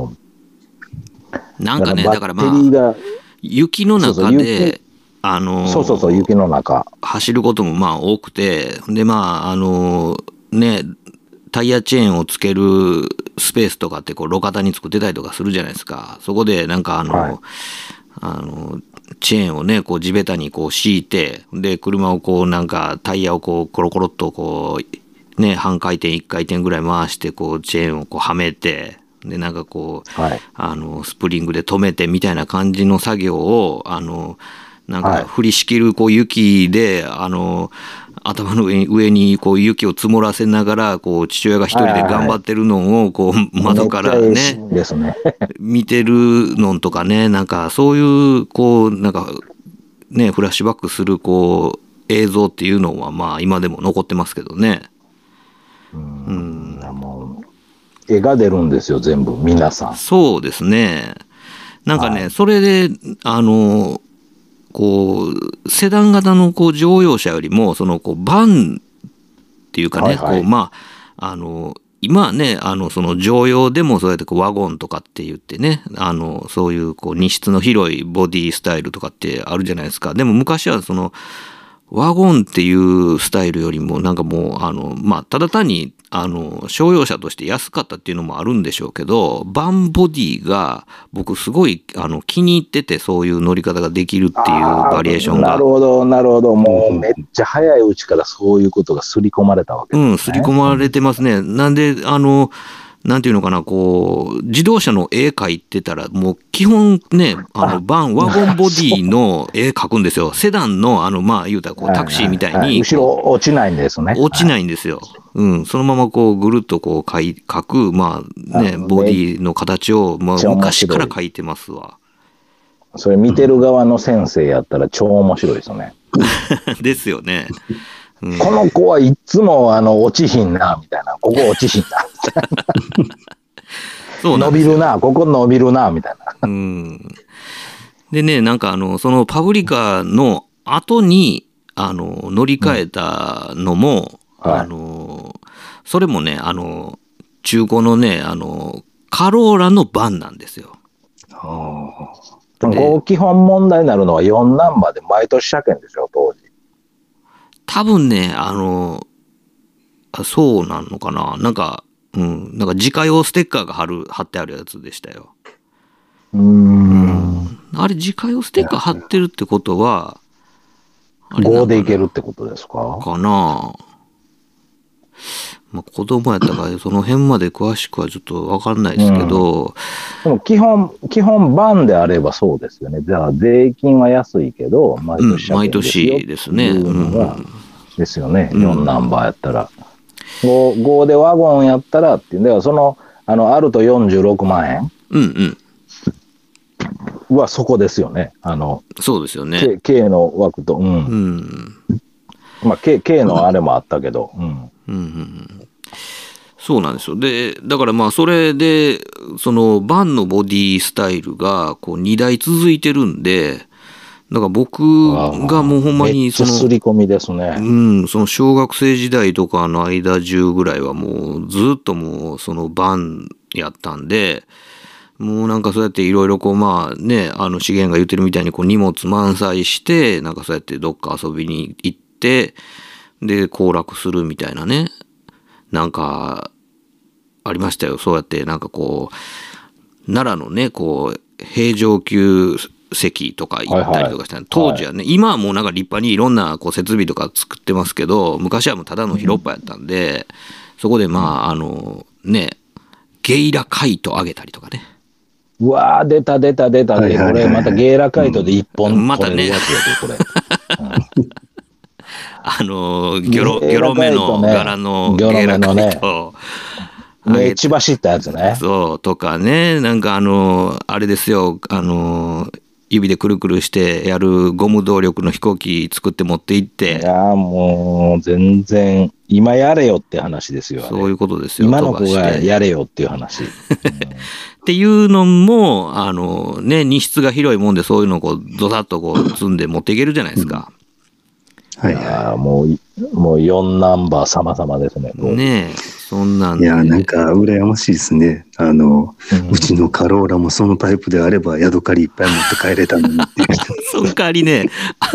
なんかね、だからまあ、雪の中で、 そう、雪の中。 走ることもまあ多くて、で、まあ、ね、タイヤチェーンをつけるスペースとかってこう路肩に作ってたりとかするじゃないですか。そこでなんかチェーンをねこう地べたにこう敷いて、で車をこうなんかタイヤをこうコロコロっとこうね半回転1回転ぐらい回してこうチェーンをこうはめて、でなんかこう、スプリングで止めてみたいな感じの作業をなんか降りしきるこう雪で頭の上にこう雪を積もらせながらこう父親が一人で頑張ってるのをこう窓からね見てるのとかね、なんかそういうこうなんかねフラッシュバックするこう映像っていうのはまあ今でも残ってますけどね。 もう絵が出るんですよ全部皆さん。そうですね。 なんかね、それでこうセダン型のこう乗用車よりもそのこうバンっていうかね、こうまあ今はねその乗用でもそうやってこうワゴンとかって言ってねそういうこう荷室の広いボディスタイルとかってあるじゃないですか。でも昔はそのワゴンっていうスタイルよりもなんかもうまあただ単に商用車として安かったっていうのもあるんでしょうけど、バンボディが僕すごい気に入ってて、そういう乗り方ができるっていうバリエーションが。 なるほどなるほど。もうめっちゃ早いうちからそういうことが刷り込まれたわけですね。 刷り込まれてますね。なんでなんていうのかな、こう自動車の絵描いてたらもう基本ねワゴンボディの絵描くんですよ。セダンのまあ言うたらこうタクシーみたいに後ろ落ちないんですね。 落ちないんですよ。そのままこうぐるっとこう描くまあねボディの形をまあ昔から描いてますわ。 それ見てる側の先生やったら超面白いですよね。 ですよね。 この子はいつも落ちひんなみたいな、ここ落ちひんなみたいなそう伸びるな、ここ伸びるなみたいな。 でね、なんかそのパブリカの後に乗り換えたのも、それもね中古のねカローラのバンなんですよ。 基本問題になるのは4ナンバーで毎年車検でしょ当時。 多分ねそうなんのかな、なんかなんか自家用ステッカーが貼ってあるやつでしたよ。あれ自家用ステッカー貼ってるってことは 5でいけるってことですか？ かな。まあ子供やったからその辺まで詳しくはちょっと分かんないですけど、 でも基本バンであればそうですよね。じゃあ税金は安いけど毎年車検ですよっていうのがですよね。4ナンバーやったら。5でワゴンやったらっていう。だからそのアルト46万円はそこですよね。 そうですよね。 K の枠と、まあ K のあれもあったけど、 そうなんですよ。でだからまあそれでそのバンのボディスタイルがこう2台続いてるんで。だから僕がもうほんまにその刷り込みですね。 その小学生時代とかの間中ぐらいはもうずっともうそのバンやったんで、もうなんかそうやっていろいろこうまあね資源が言ってるみたいにこう荷物満載してなんかそうやってどっか遊びに行ってで行楽するみたいなね、なんかありましたよ。そうやってなんかこう奈良のねこう平城宮席とか行ったりとかした、当時はね、今はもうなんか立派にいろんなこう設備とか作ってますけど、昔はもうただの広っぱやったんで、そこでまあねゲイラカイトあげたりとかね。 うわー出たでこれまたゲイラカイトで一本またねこれギョロ目の柄のゲイラカイト血走ったやつね。 そうとかね、なんかあれですよ指でくるくるしてやるゴム動力の飛行機作って持って行って。 いやもう全然今やれよって話ですよ。 そういうことですよ。 今の子がやれよっていう話。 っていうのもね荷室が広いもんでそういうのをこうドサッとこう積んで持っていけるじゃないですか。 はいはい。 もう4ナンバー様々ですね。 ねえ、そんなんで。いや、なんか羨ましいですね。うちのカローラもそのタイプであれば、ヤドカリいっぱい持って帰れたのにっていう。 その代わりね、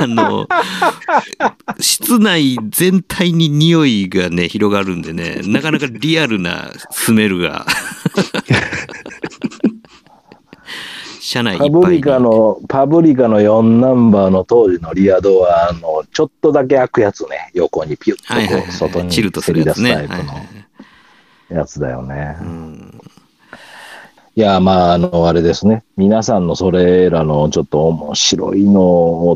室内全体に匂いがね、広がるんでね、なかなかリアルなスメルが。車内いっぱいに。 パブリカの4ナンバーの当時のリアドは、ちょっとだけ開くやつね。横にピュッとこう、外にチルとするやつね。 やつだよね。いや、まあ、あれですね。皆さんのそれらのちょっと面白いのって、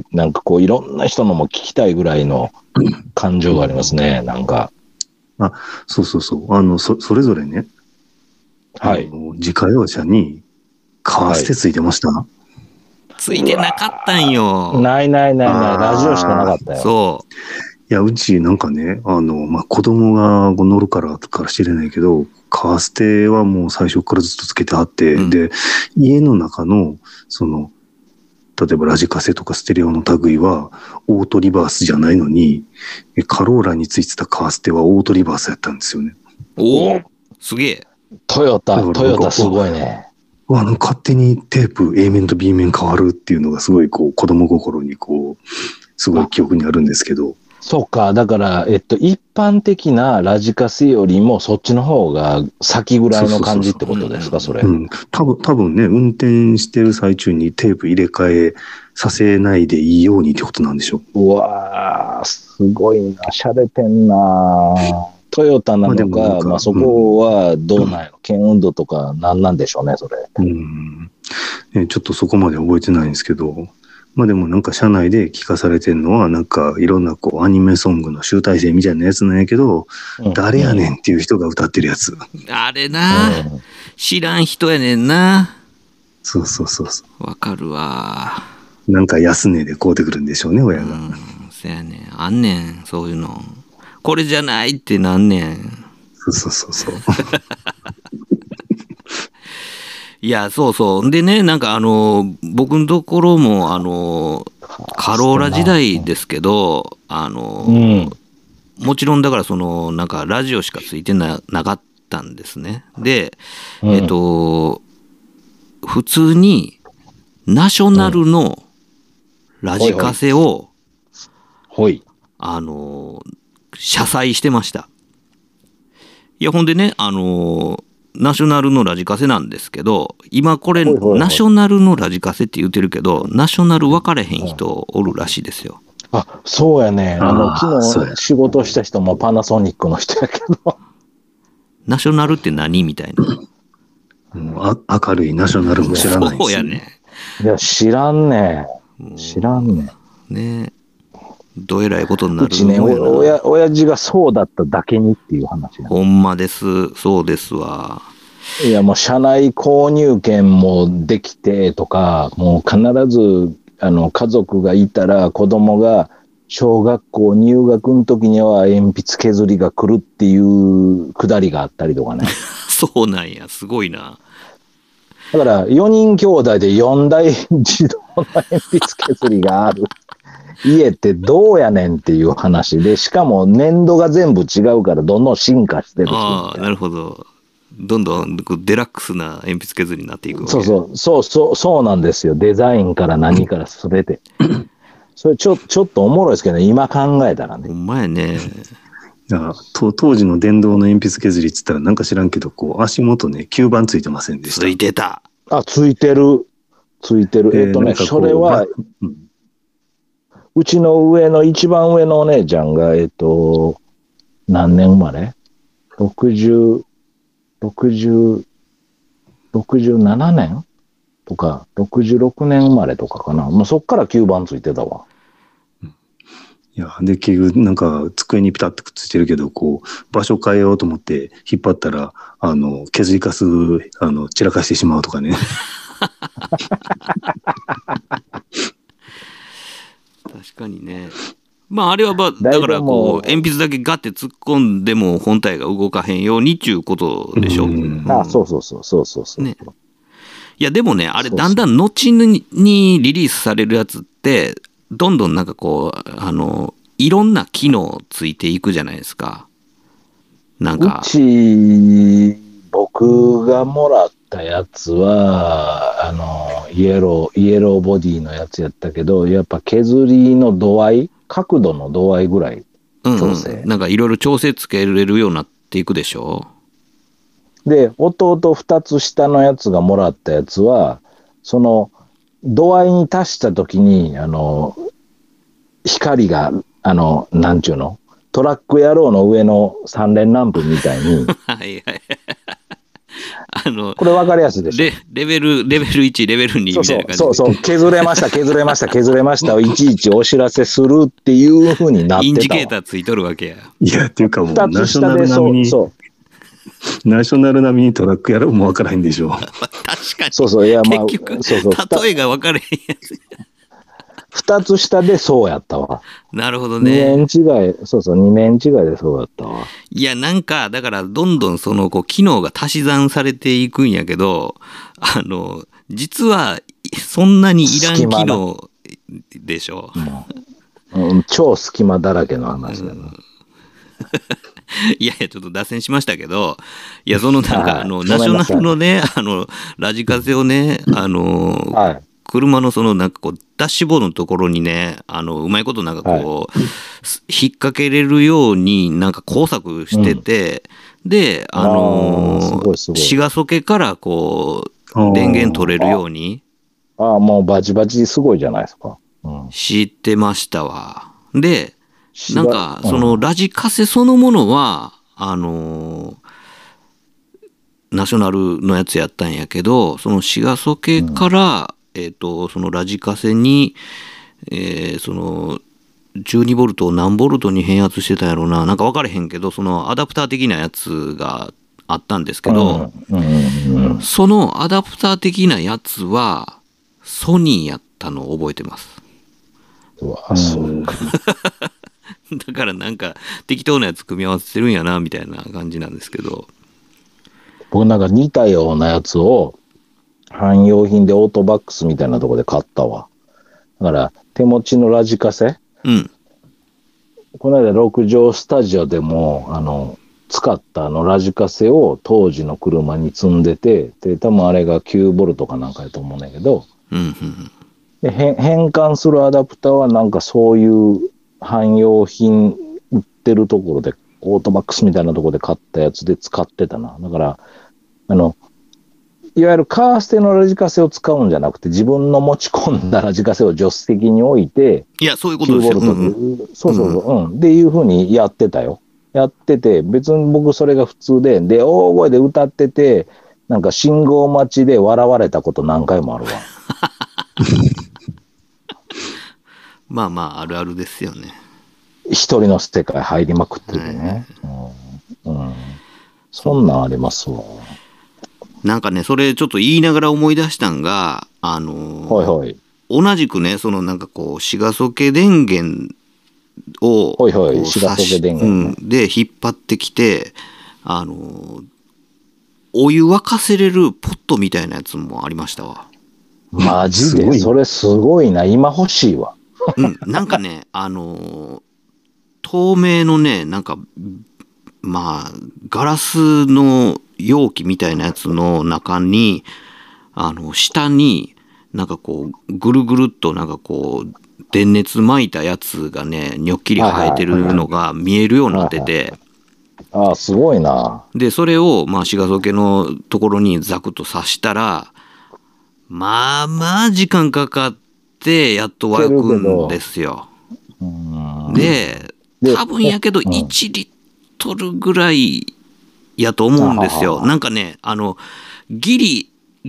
なんかこう、いろんな人のも聞きたいぐらいの感情がありますね。なんか。 そうそうそう。それぞれね。 はい。 自家用車に、カーステついてました、 ついてなかったんよ。 ない。ラジオしかなかったよ。 そう。 いや、うちなんかね、子供が乗るから知れないけど、カーステはもう最初からずっとつけてあって、で、家の中の、例えばラジカセとかステレオの類は、オートリバースじゃないのに、カローラについてたカーステはオートリバースやったんですよね。 おお、すげえ。 トヨタすごいね。 勝手にテープ A 面と B 面変わるっていうのがすごい子供心にすごい記憶にあるんですけど。 そうか。だから、一般的なラジカセよりもそっちの方が先ぐらいの感じってことですか、それ。 多分ね、運転してる最中にテープ入れ替えさせないでいいようにってことなんでしょう。 うわー、すごいな。洒落てんな。トヨタなのか、そこはどうなんやろ。県運動とか何なんでしょうね、それ。 ちょっとそこまで覚えてないんですけど、でもなんか車内で聞かされてるのは、なんかいろんなアニメソングの集大成みたいなやつなんやけど、誰やねんっていう人が歌ってるやつ。 あれな、知らん人やねんな。 そう。 わかるわ。 なんか安値で買うてくるんでしょうね、親が。 そやねん。あんねん、そういうの。これじゃないってなんねん。 そう。 いや、そう。でね、なんか僕のところも、カローラ時代ですけど、もちろんだからなんかラジオしかついてなかったんですね。で、普通に、ナショナルのラジカセを、車載してました。いや、ほんでね、ナショナルのラジカセなんですけど、今これ、ナショナルのラジカセって言ってるけど、ナショナル分かれへん人おるらしいですよ。 そうやね。昨日仕事した人もパナソニックの人やけど。 ナショナルって何みたいな。 明るいナショナルも知らないですよ。 そうやね。 いや、知らんね。 ね。どえらいことになる。 うちね、親父がそうだっただけにっていう話。 ほんまです。そうですわ。 いや、もう車内購入券もできてとか、もう必ず、家族がいたら子供が小学校入学の時には鉛筆削りが来るっていうくだりがあったりとかね。 そうなんや。すごいな。 だから4人兄弟で4台自動の鉛筆削りがある。家ってどうやねんっていう話で、しかも粘土が全部違うからどんどん進化してる。 なるほど。どんどんデラックスな鉛筆削りになっていくわけ。 そうなんですよ。デザインから何からすべて。それちょっとおもろいですけどね、今考えたらね。 ほんまやね。 当時の電動の鉛筆削りって言ったらなんか知らんけど、足元ね、吸盤ついてませんでした。 ついてた。 ついてる。それは、うちの一番上のお姉ちゃんが、何年生まれ ?67 年とか、66年生まれとかかな。もうそっから吸盤ついてたわ。 いや、で、結局、なんか、机にピタッとくっついてるけど、場所変えようと思って、引っ張ったら、削りかす、散らかしてしまうとかね。 確かにね。あれはだから鉛筆だけガッて突っ込んでも本体が動かへんようにっていうことでしょ。 そう。 ね。いやでもね、あれだんだん後にリリースされるやつって、 どんどんなんかこう、いろんな機能ついていくじゃないですか。なんか。 うち、僕がもらったやつは、イエローボディのやつやったけど、やっぱ削りの度合い、角度の度合いぐらい調整。 なんかいろいろ調整つけれるようになっていくでしょ。 で、弟2つ下のやつがもらったやつは、その度合いに達したときに、光が、なんちゅうのトラック野郎の上の3連ランプみたいに。 はいはい。 これ分かりやすいでしょ。 レベル1、レベル2みたいな感じで。 そう、削れましたをいちいちお知らせするっていう風になってたわ。 インジケーターついとるわけや。 いや、っていうかもう、ナショナル並みにトラックやろうも分からへんでしょ。 確かに。 そう、いや、まあ、 結局、例えが分からへんやつ。 2つ下でそうやったわ。 なるほどね。 2面違い、2面違いでそうやったわ。 いや、なんか、だから、どんどんこう、機能が足し算されていくんやけど、実は、そんなにいらん機能でしょ。 超隙間だらけの話だな。 いやいや、ちょっと脱線しましたけど、いや、なんか、ナショナルのね、ラジカセをね、車のなんかこう、ダッシュボードのところにね、うまいことなんかこう、引っ掛けれるようになんか工作してて、で、シガソケからこう、電源取れるように。 もうバチバチすごいじゃないですか。 知ってましたわ。で、なんか、ラジカセそのものは、ナショナルのやつやったんやけど、そのシガソケから、そのラジカセに、12ボルトを何ボルトに変圧してたんやろうな、なんか分かれへんけど、そのアダプター的なやつがあったんですけど、そのアダプター的なやつは、ソニーやったのを覚えてます。 そうか。 だからなんか適当なやつ組み合わせてるんやなみたいな感じなんですけど、 僕なんか似たようなやつを汎用品でオートバックスみたいなとこで買ったわ。だから手持ちのラジカセ、この間6畳スタジオでも使ったラジカセを当時の車に積んでて、で多分あれが9ボルトかなんかやと思うんだけど、で変換するアダプターはなんかそういう汎用品売ってるところでオートバックスみたいなところで買ったやつで使ってたな。だからいわゆるカーステのラジカセを使うんじゃなくて、自分の持ち込んだラジカセを助手席に置いて、 いやそういうことですよ。 っていうふうにやってたよ。やってて、別に僕それが普通で、大声で歌ってて、なんか信号待ちで笑われたこと何回もあるわ。 まあまああるあるですよね。 一人の世界入りまくってるね。そんなんありますわ。 なんかね、それちょっと言いながら思い出したんが、同じくね、なんかこう、シガソケ電源を、 シガソケ電源、 で引っ張ってきて、お湯沸かせれるポットみたいなやつもありましたわ。 マジでそれすごいな。今欲しいわ。 なんかね、透明のね、なんか、まあ、ガラスの容器みたいなやつの中に、下に、なんかこう、ぐるぐるっとなんかこう、電熱巻いたやつがね、にょっきり生えてるのが見えるようになってて、 すごいな。 で、それを、まあ、シガソケのところにザクッと刺したら、まあまあ時間かかって、やっと沸くんですよ。で、多分やけど1リットルぐらいやと思うんですよ。なんかね、ギリ、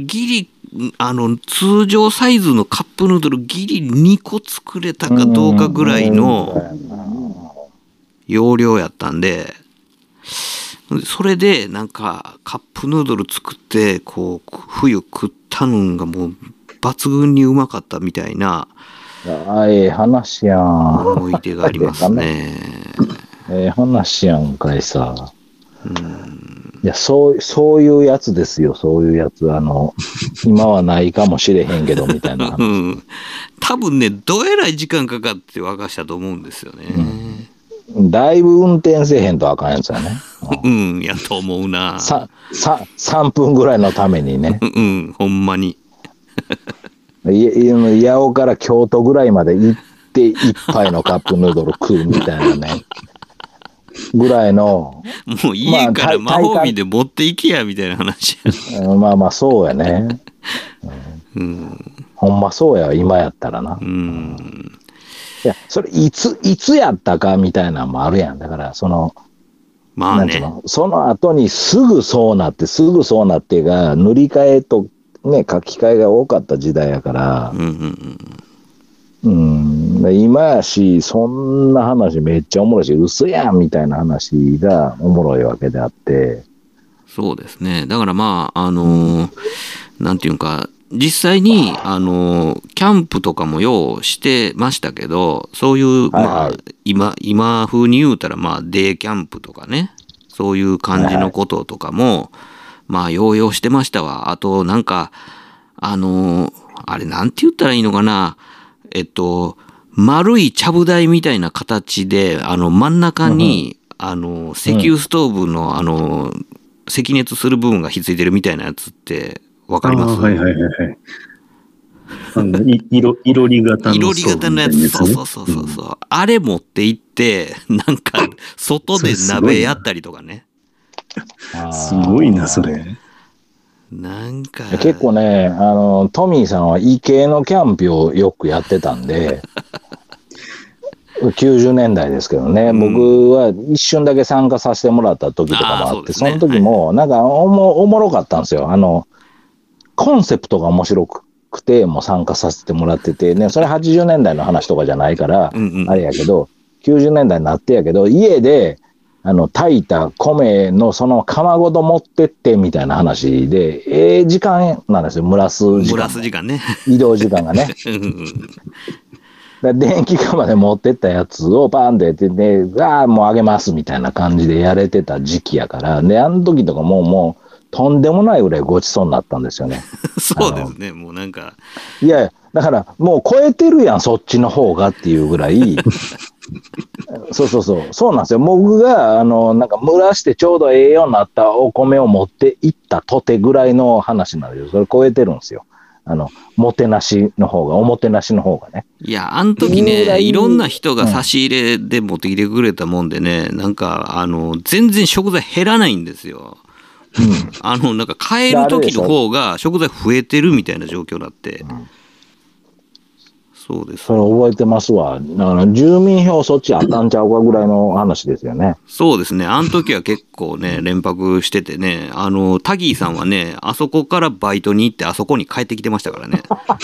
通常サイズのカップヌードルギリ2個作れたかどうかぐらいの容量やったんで、それでなんかカップヌードル作ってこう冬食ったのがもう抜群にうまかったみたいな話やん。 思い出がありますね。 話やんかいさ。 いや、そういうやつですよ、そういうやつ。今はないかもしれへんけど、みたいな話。 多分ね、どえらい時間かかって沸かしたと思うんですよね。 だいぶ運転せえへんとあかんやつやね。 やと思うな。 3分ぐらいのためにね。 ほんまに。 八尾から京都ぐらいまで行って一杯のカップヌードル食うみたいなね。ぐらいの。 もう家から魔法瓶で持っていけやみたいな話や。まあまあそうやね。ほんまそうや、今やったらな。いや、それいつやったかみたいなのもあるやん。だからまあね、 その後にすぐそうなってが塗り替えとね、書き換えが多かった時代やから、今やし、そんな話めっちゃおもろいし、嘘やんみたいな話がおもろいわけであって。 そうですね。だからまあ、なんていうか、実際に、キャンプとかもようしてましたけど、そういう、まあ、今風に言うたら、まあ、デイキャンプとかね、そういう感じのこととかも、まあ、ようようしてましたわ。あと、なんか、あれ、なんて言ったらいいのかな、丸いちゃぶ台みたいな形で、真ん中に、石油ストーブの、赤熱する部分がひっついてるみたいなやつって、わかります？ はいはいはいはい。いろり型のやつ。そう。あれ持って行って、なんか、外で鍋やったりとかね。 すごいな、それ。 なんか。 結構ね、トミーさんは異形のキャンプをよくやってたんで、90年代ですけどね、僕は一瞬だけ参加させてもらった時とかもあって、その時も、なんかおもろかったんですよ。コンセプトが面白くて、もう参加させてもらってて、ね、それ80年代の話とかじゃないから、あれやけど、90年代になってやけど、家で、炊いた米のその釜ごと持ってってみたいな話で、時間なんですよ、蒸らす時間ね。移動時間がね。電気釜で持ってったやつをパーンってやってて、もうあげますみたいな感じでやれてた時期やから、で、あの時とかもう、とんでもないぐらいごちそうになったんですよね。 そうですね、もうなんか。 いや、だからもう超えてるやん、そっちの方がっていうぐらい。そうなんですよ。僕が、なんか蒸らしてちょうどええようになったお米を持っていったとてぐらいの話なんですよ。それ超えてるんですよ。もてなしの方がね。 いや、あの時ね、いろんな人が差し入れで持ってきてくれたもんでね、なんか、全然食材減らないんですよ。なんか買える時の方が食材増えてるみたいな状況だって。そうです。 それ覚えてますわ。だから住民票そっちあったんちゃうかぐらいの話ですよね。 そうですね。あの時は結構ね、連泊しててね、タギーさんはね、あそこからバイトに行ってあそこに帰ってきてましたからね。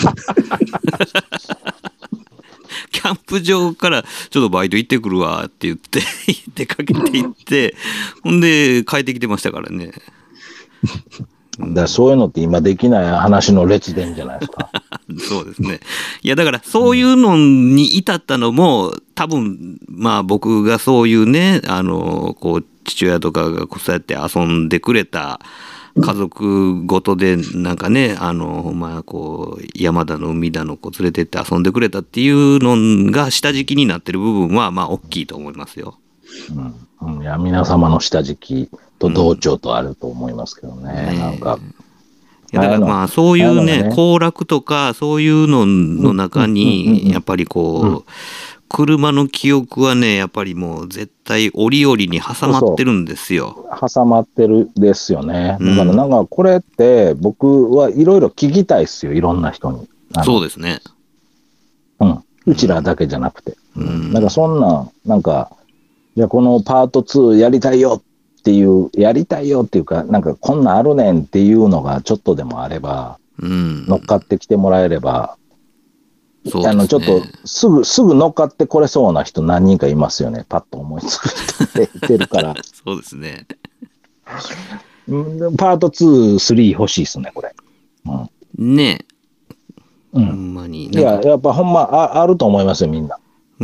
キャンプ場からちょっとバイト行ってくるわって言って出かけて行ってほんで帰ってきてましたからね。 だからそういうのって今できない話の列伝じゃないですか。 そうですね。いやだからそういうのに至ったのも多分まあ僕がそういうねこう父親とかがそうやって遊んでくれた家族ごとでなんかねまあこう山田の海田の子連れてって遊んでくれたっていうのが下敷きになってる部分はまあ大きいと思いますよ。 いや皆様の下敷きと同調とあると思いますけどね。なんかいやだからまあそういうね行楽とかそういうのの中にやっぱりこう車の記憶はねやっぱりもう絶対折々に挟まってるんですよ。 挟まってるですよね。だからなんかこれって僕はいろいろ聞きたいですよ、いろんな人に。 そうですね。 うちらだけじゃなくて。なんかそんなんかじゃあこのパート2やりたいよっていうかなんかこんなんあるねんっていうのがちょっとでもあれば、乗っかってきてもらえれば。そうですね、ちょっとすぐ乗っかってこれそうな人何人かいますよね。パッと思いつく人って言ってるから。 そうですね。 パート2、3欲しいですね、これ。 ねえ。ほんまに。 いや、やっぱほんまあると思いますよ、みんな。 うん。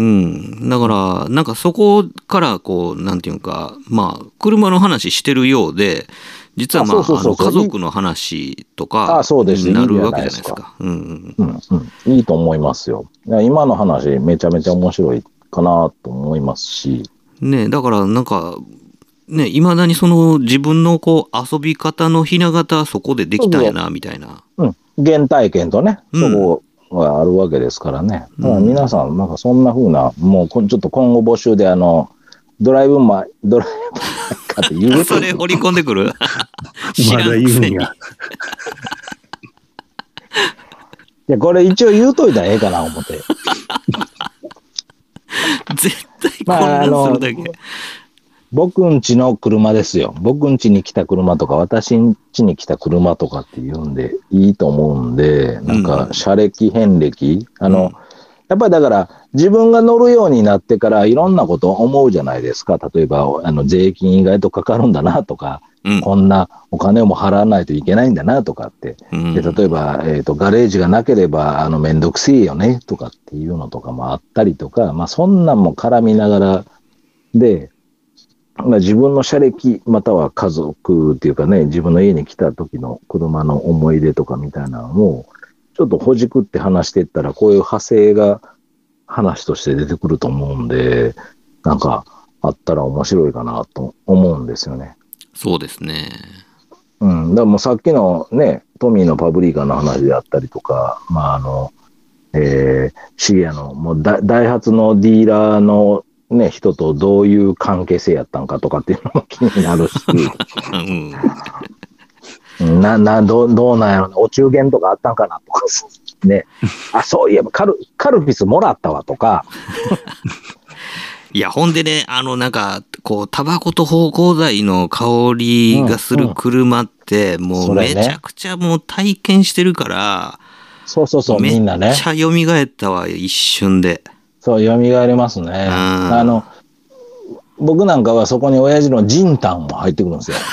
だから、なんかそこからこう、なんていうか、まあ、車の話してるようで、実はまあ、家族の話とかになるわけじゃないですか。 いいと思いますよ。今の話めちゃめちゃ面白いかなと思いますし。 ね、だからなんか、ね、いまだにその自分のこう遊び方のひな形そこでできたんやな、みたいな。 原体験とね、そこがあるわけですからね。だから皆さん、なんかそんな風な、もうちょっと今後募集でドライブマイかって言うそれ掘り込んでくるまだ言うんや。 いや、これ一応言うといたらええかな、思って。 絶対混乱するだけ。 僕んちの車ですよ。僕んちに来た車とか、私んちに来た車とかって言うんでいいと思うんで、なんか、車歴、遍歴、やっぱりだから、自分が乗るようになってからいろんなこと思うじゃないですか。例えば、税金意外とかかるんだなとか、こんなお金も払わないといけないんだなとかって。で例えば、ガレージがなければ、めんどくせえよねとかっていうのとかもあったりとか、まあ、そんなんも絡みながらで、まあ、自分の車歴、または家族っていうかね、自分の家に来た時の車の思い出とかみたいなのを、ちょっとほじくって話していったら、こういう派生が話として出てくると思うんで、なんかあったら面白いかなと思うんですよね。 そうですね。 だからもうさっきのね、トミーのパブリカの話であったりとか、まあシゲアの、もうダイハツのディーラーのね、人とどういう関係性やったんかとかっていうのも気になるし、どうなんやろね、お中元とかあったんかなとかね、そういえばカルピスもらったわとか。 いや、ほんでね、なんか、こう、タバコと芳香剤の香りがする車って、もうめちゃくちゃもう体験してるから、 そう、みんなね。 めっちゃ蘇ったわ、一瞬で。 そう、蘇りますね。僕なんかはそこに親父のジンタンも入ってくるんですよ。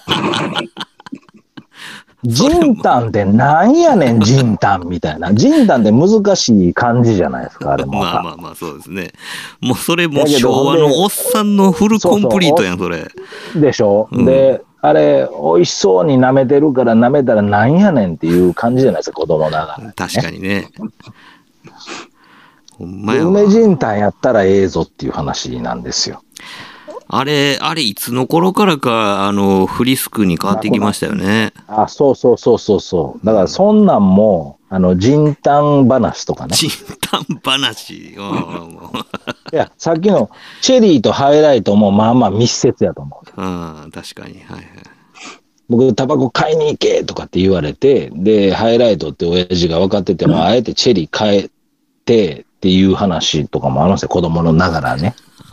ジンタンってなんやねん、ジンタンみたいな。ジンタンって難しい漢字じゃないですか、あれも。 まあ、そうですね。もうそれも昭和のおっさんのフルコンプリートやん、それ。 でしょ、で、あれ、美味しそうに舐めてるから舐めたらなんやねんっていう感じじゃないですか、子供ながら、ね。 確かにね。 梅ジンタンやったらええぞっていう話なんですよ。 あれ、いつの頃からか、フリスクに変わってきましたよね。 そう。だから、そんなんも、ジンタン話とかね。 ジンタン話。いや、さっきのチェリーとハイライトもまあまあ密接やと思う。 確かに。はいはい。 僕、タバコ買いに行けとかって言われて、で、ハイライトって親父が分かってても、あえてチェリー変えてっていう話とかもあるんですよ、子供のながらね。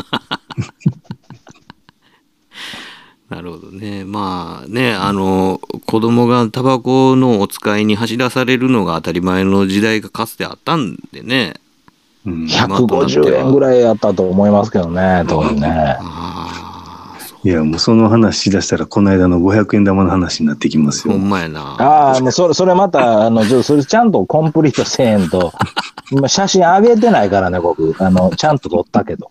なるほどね。まあね、子供がタバコのお使いに走らされるのが当たり前の時代がかつてあったんでね。 150円ぐらいやったと思いますけどね、当時ね。 いや、もうその話し出したら、この間の500円玉の話になってきますよ。 ほんまやな。 もうそれまた、それちゃんとコンプリートせえんと、今写真上げてないからね、僕。ちゃんと撮ったけど。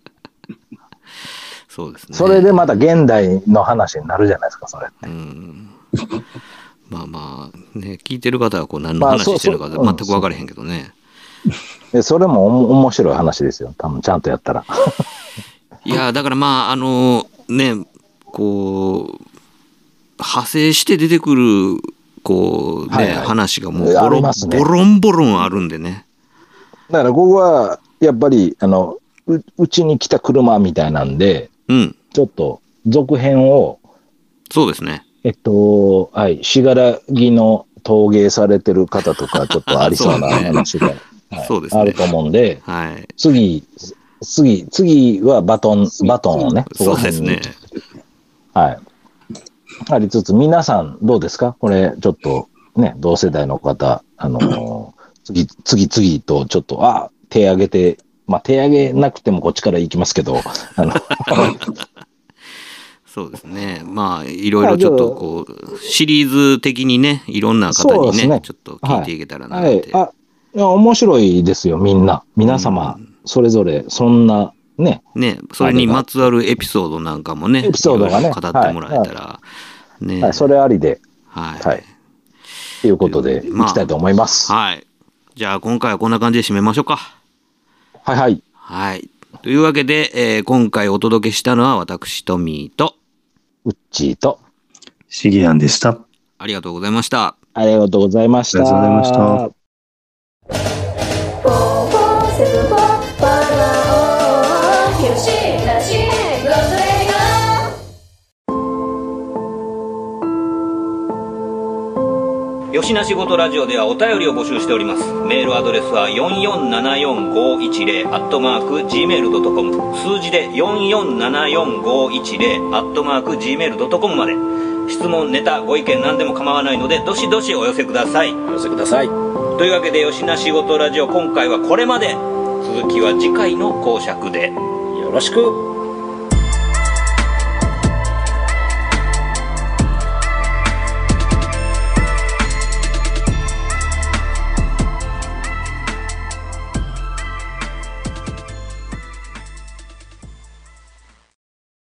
そうですね。 それでまた現代の話になるじゃないですか、それって。 まあね、聞いてる方はこう何の話してるのか全く分からへんけどね。 それも面白い話ですよ、多分ちゃんとやったら。 いや、だからまあね、こう派生して出てくるこうね、話がもうボロンあるんでね。 だからここはやっぱりうちに来た車みたいなんで、ちょっと続編を、 そうですね。 はい、信楽の陶芸されてる方とかちょっとありそうな話が、 そうですね、 あると思うんで、次はバトンをね、 そうですね。 はい。ありつつ、皆さんどうですか？これちょっとね、同世代の方、次とちょっと手挙げて。まあ、手挙げなくてもこっちから行きますけど、 そうですね。まあ、いろいろちょっとこう、シリーズ的にね、いろんな方にね、ちょっと聞いていけたらなって。 面白いですよ、皆様。 それぞれそんなね。 ね、それにまつわるエピソードなんかもね、 エピソードがね、 語ってもらえたら、ね。 はい、それありで。 はい。 はい。ということで、いきたいと思います。 はい。じゃあ、今回はこんな感じで締めましょうか。 はいはい。 はい。というわけで、今回お届けしたのは私、トミーと、 ウッチーと、 シゲアンでした。 ありがとうございました。 ありがとうございました。 ありがとうございました。 よしなしごとラジオではお便りを募集しております。メールアドレスは4474510@gmail.com、数字で4474510@gmail.com まで。質問、ネタ、ご意見何でも構わないので、どしどしお寄せください。 お寄せください。 というわけで、よしなしごとラジオ、今回はこれまで。続きは次回の講釈で。 よろしく。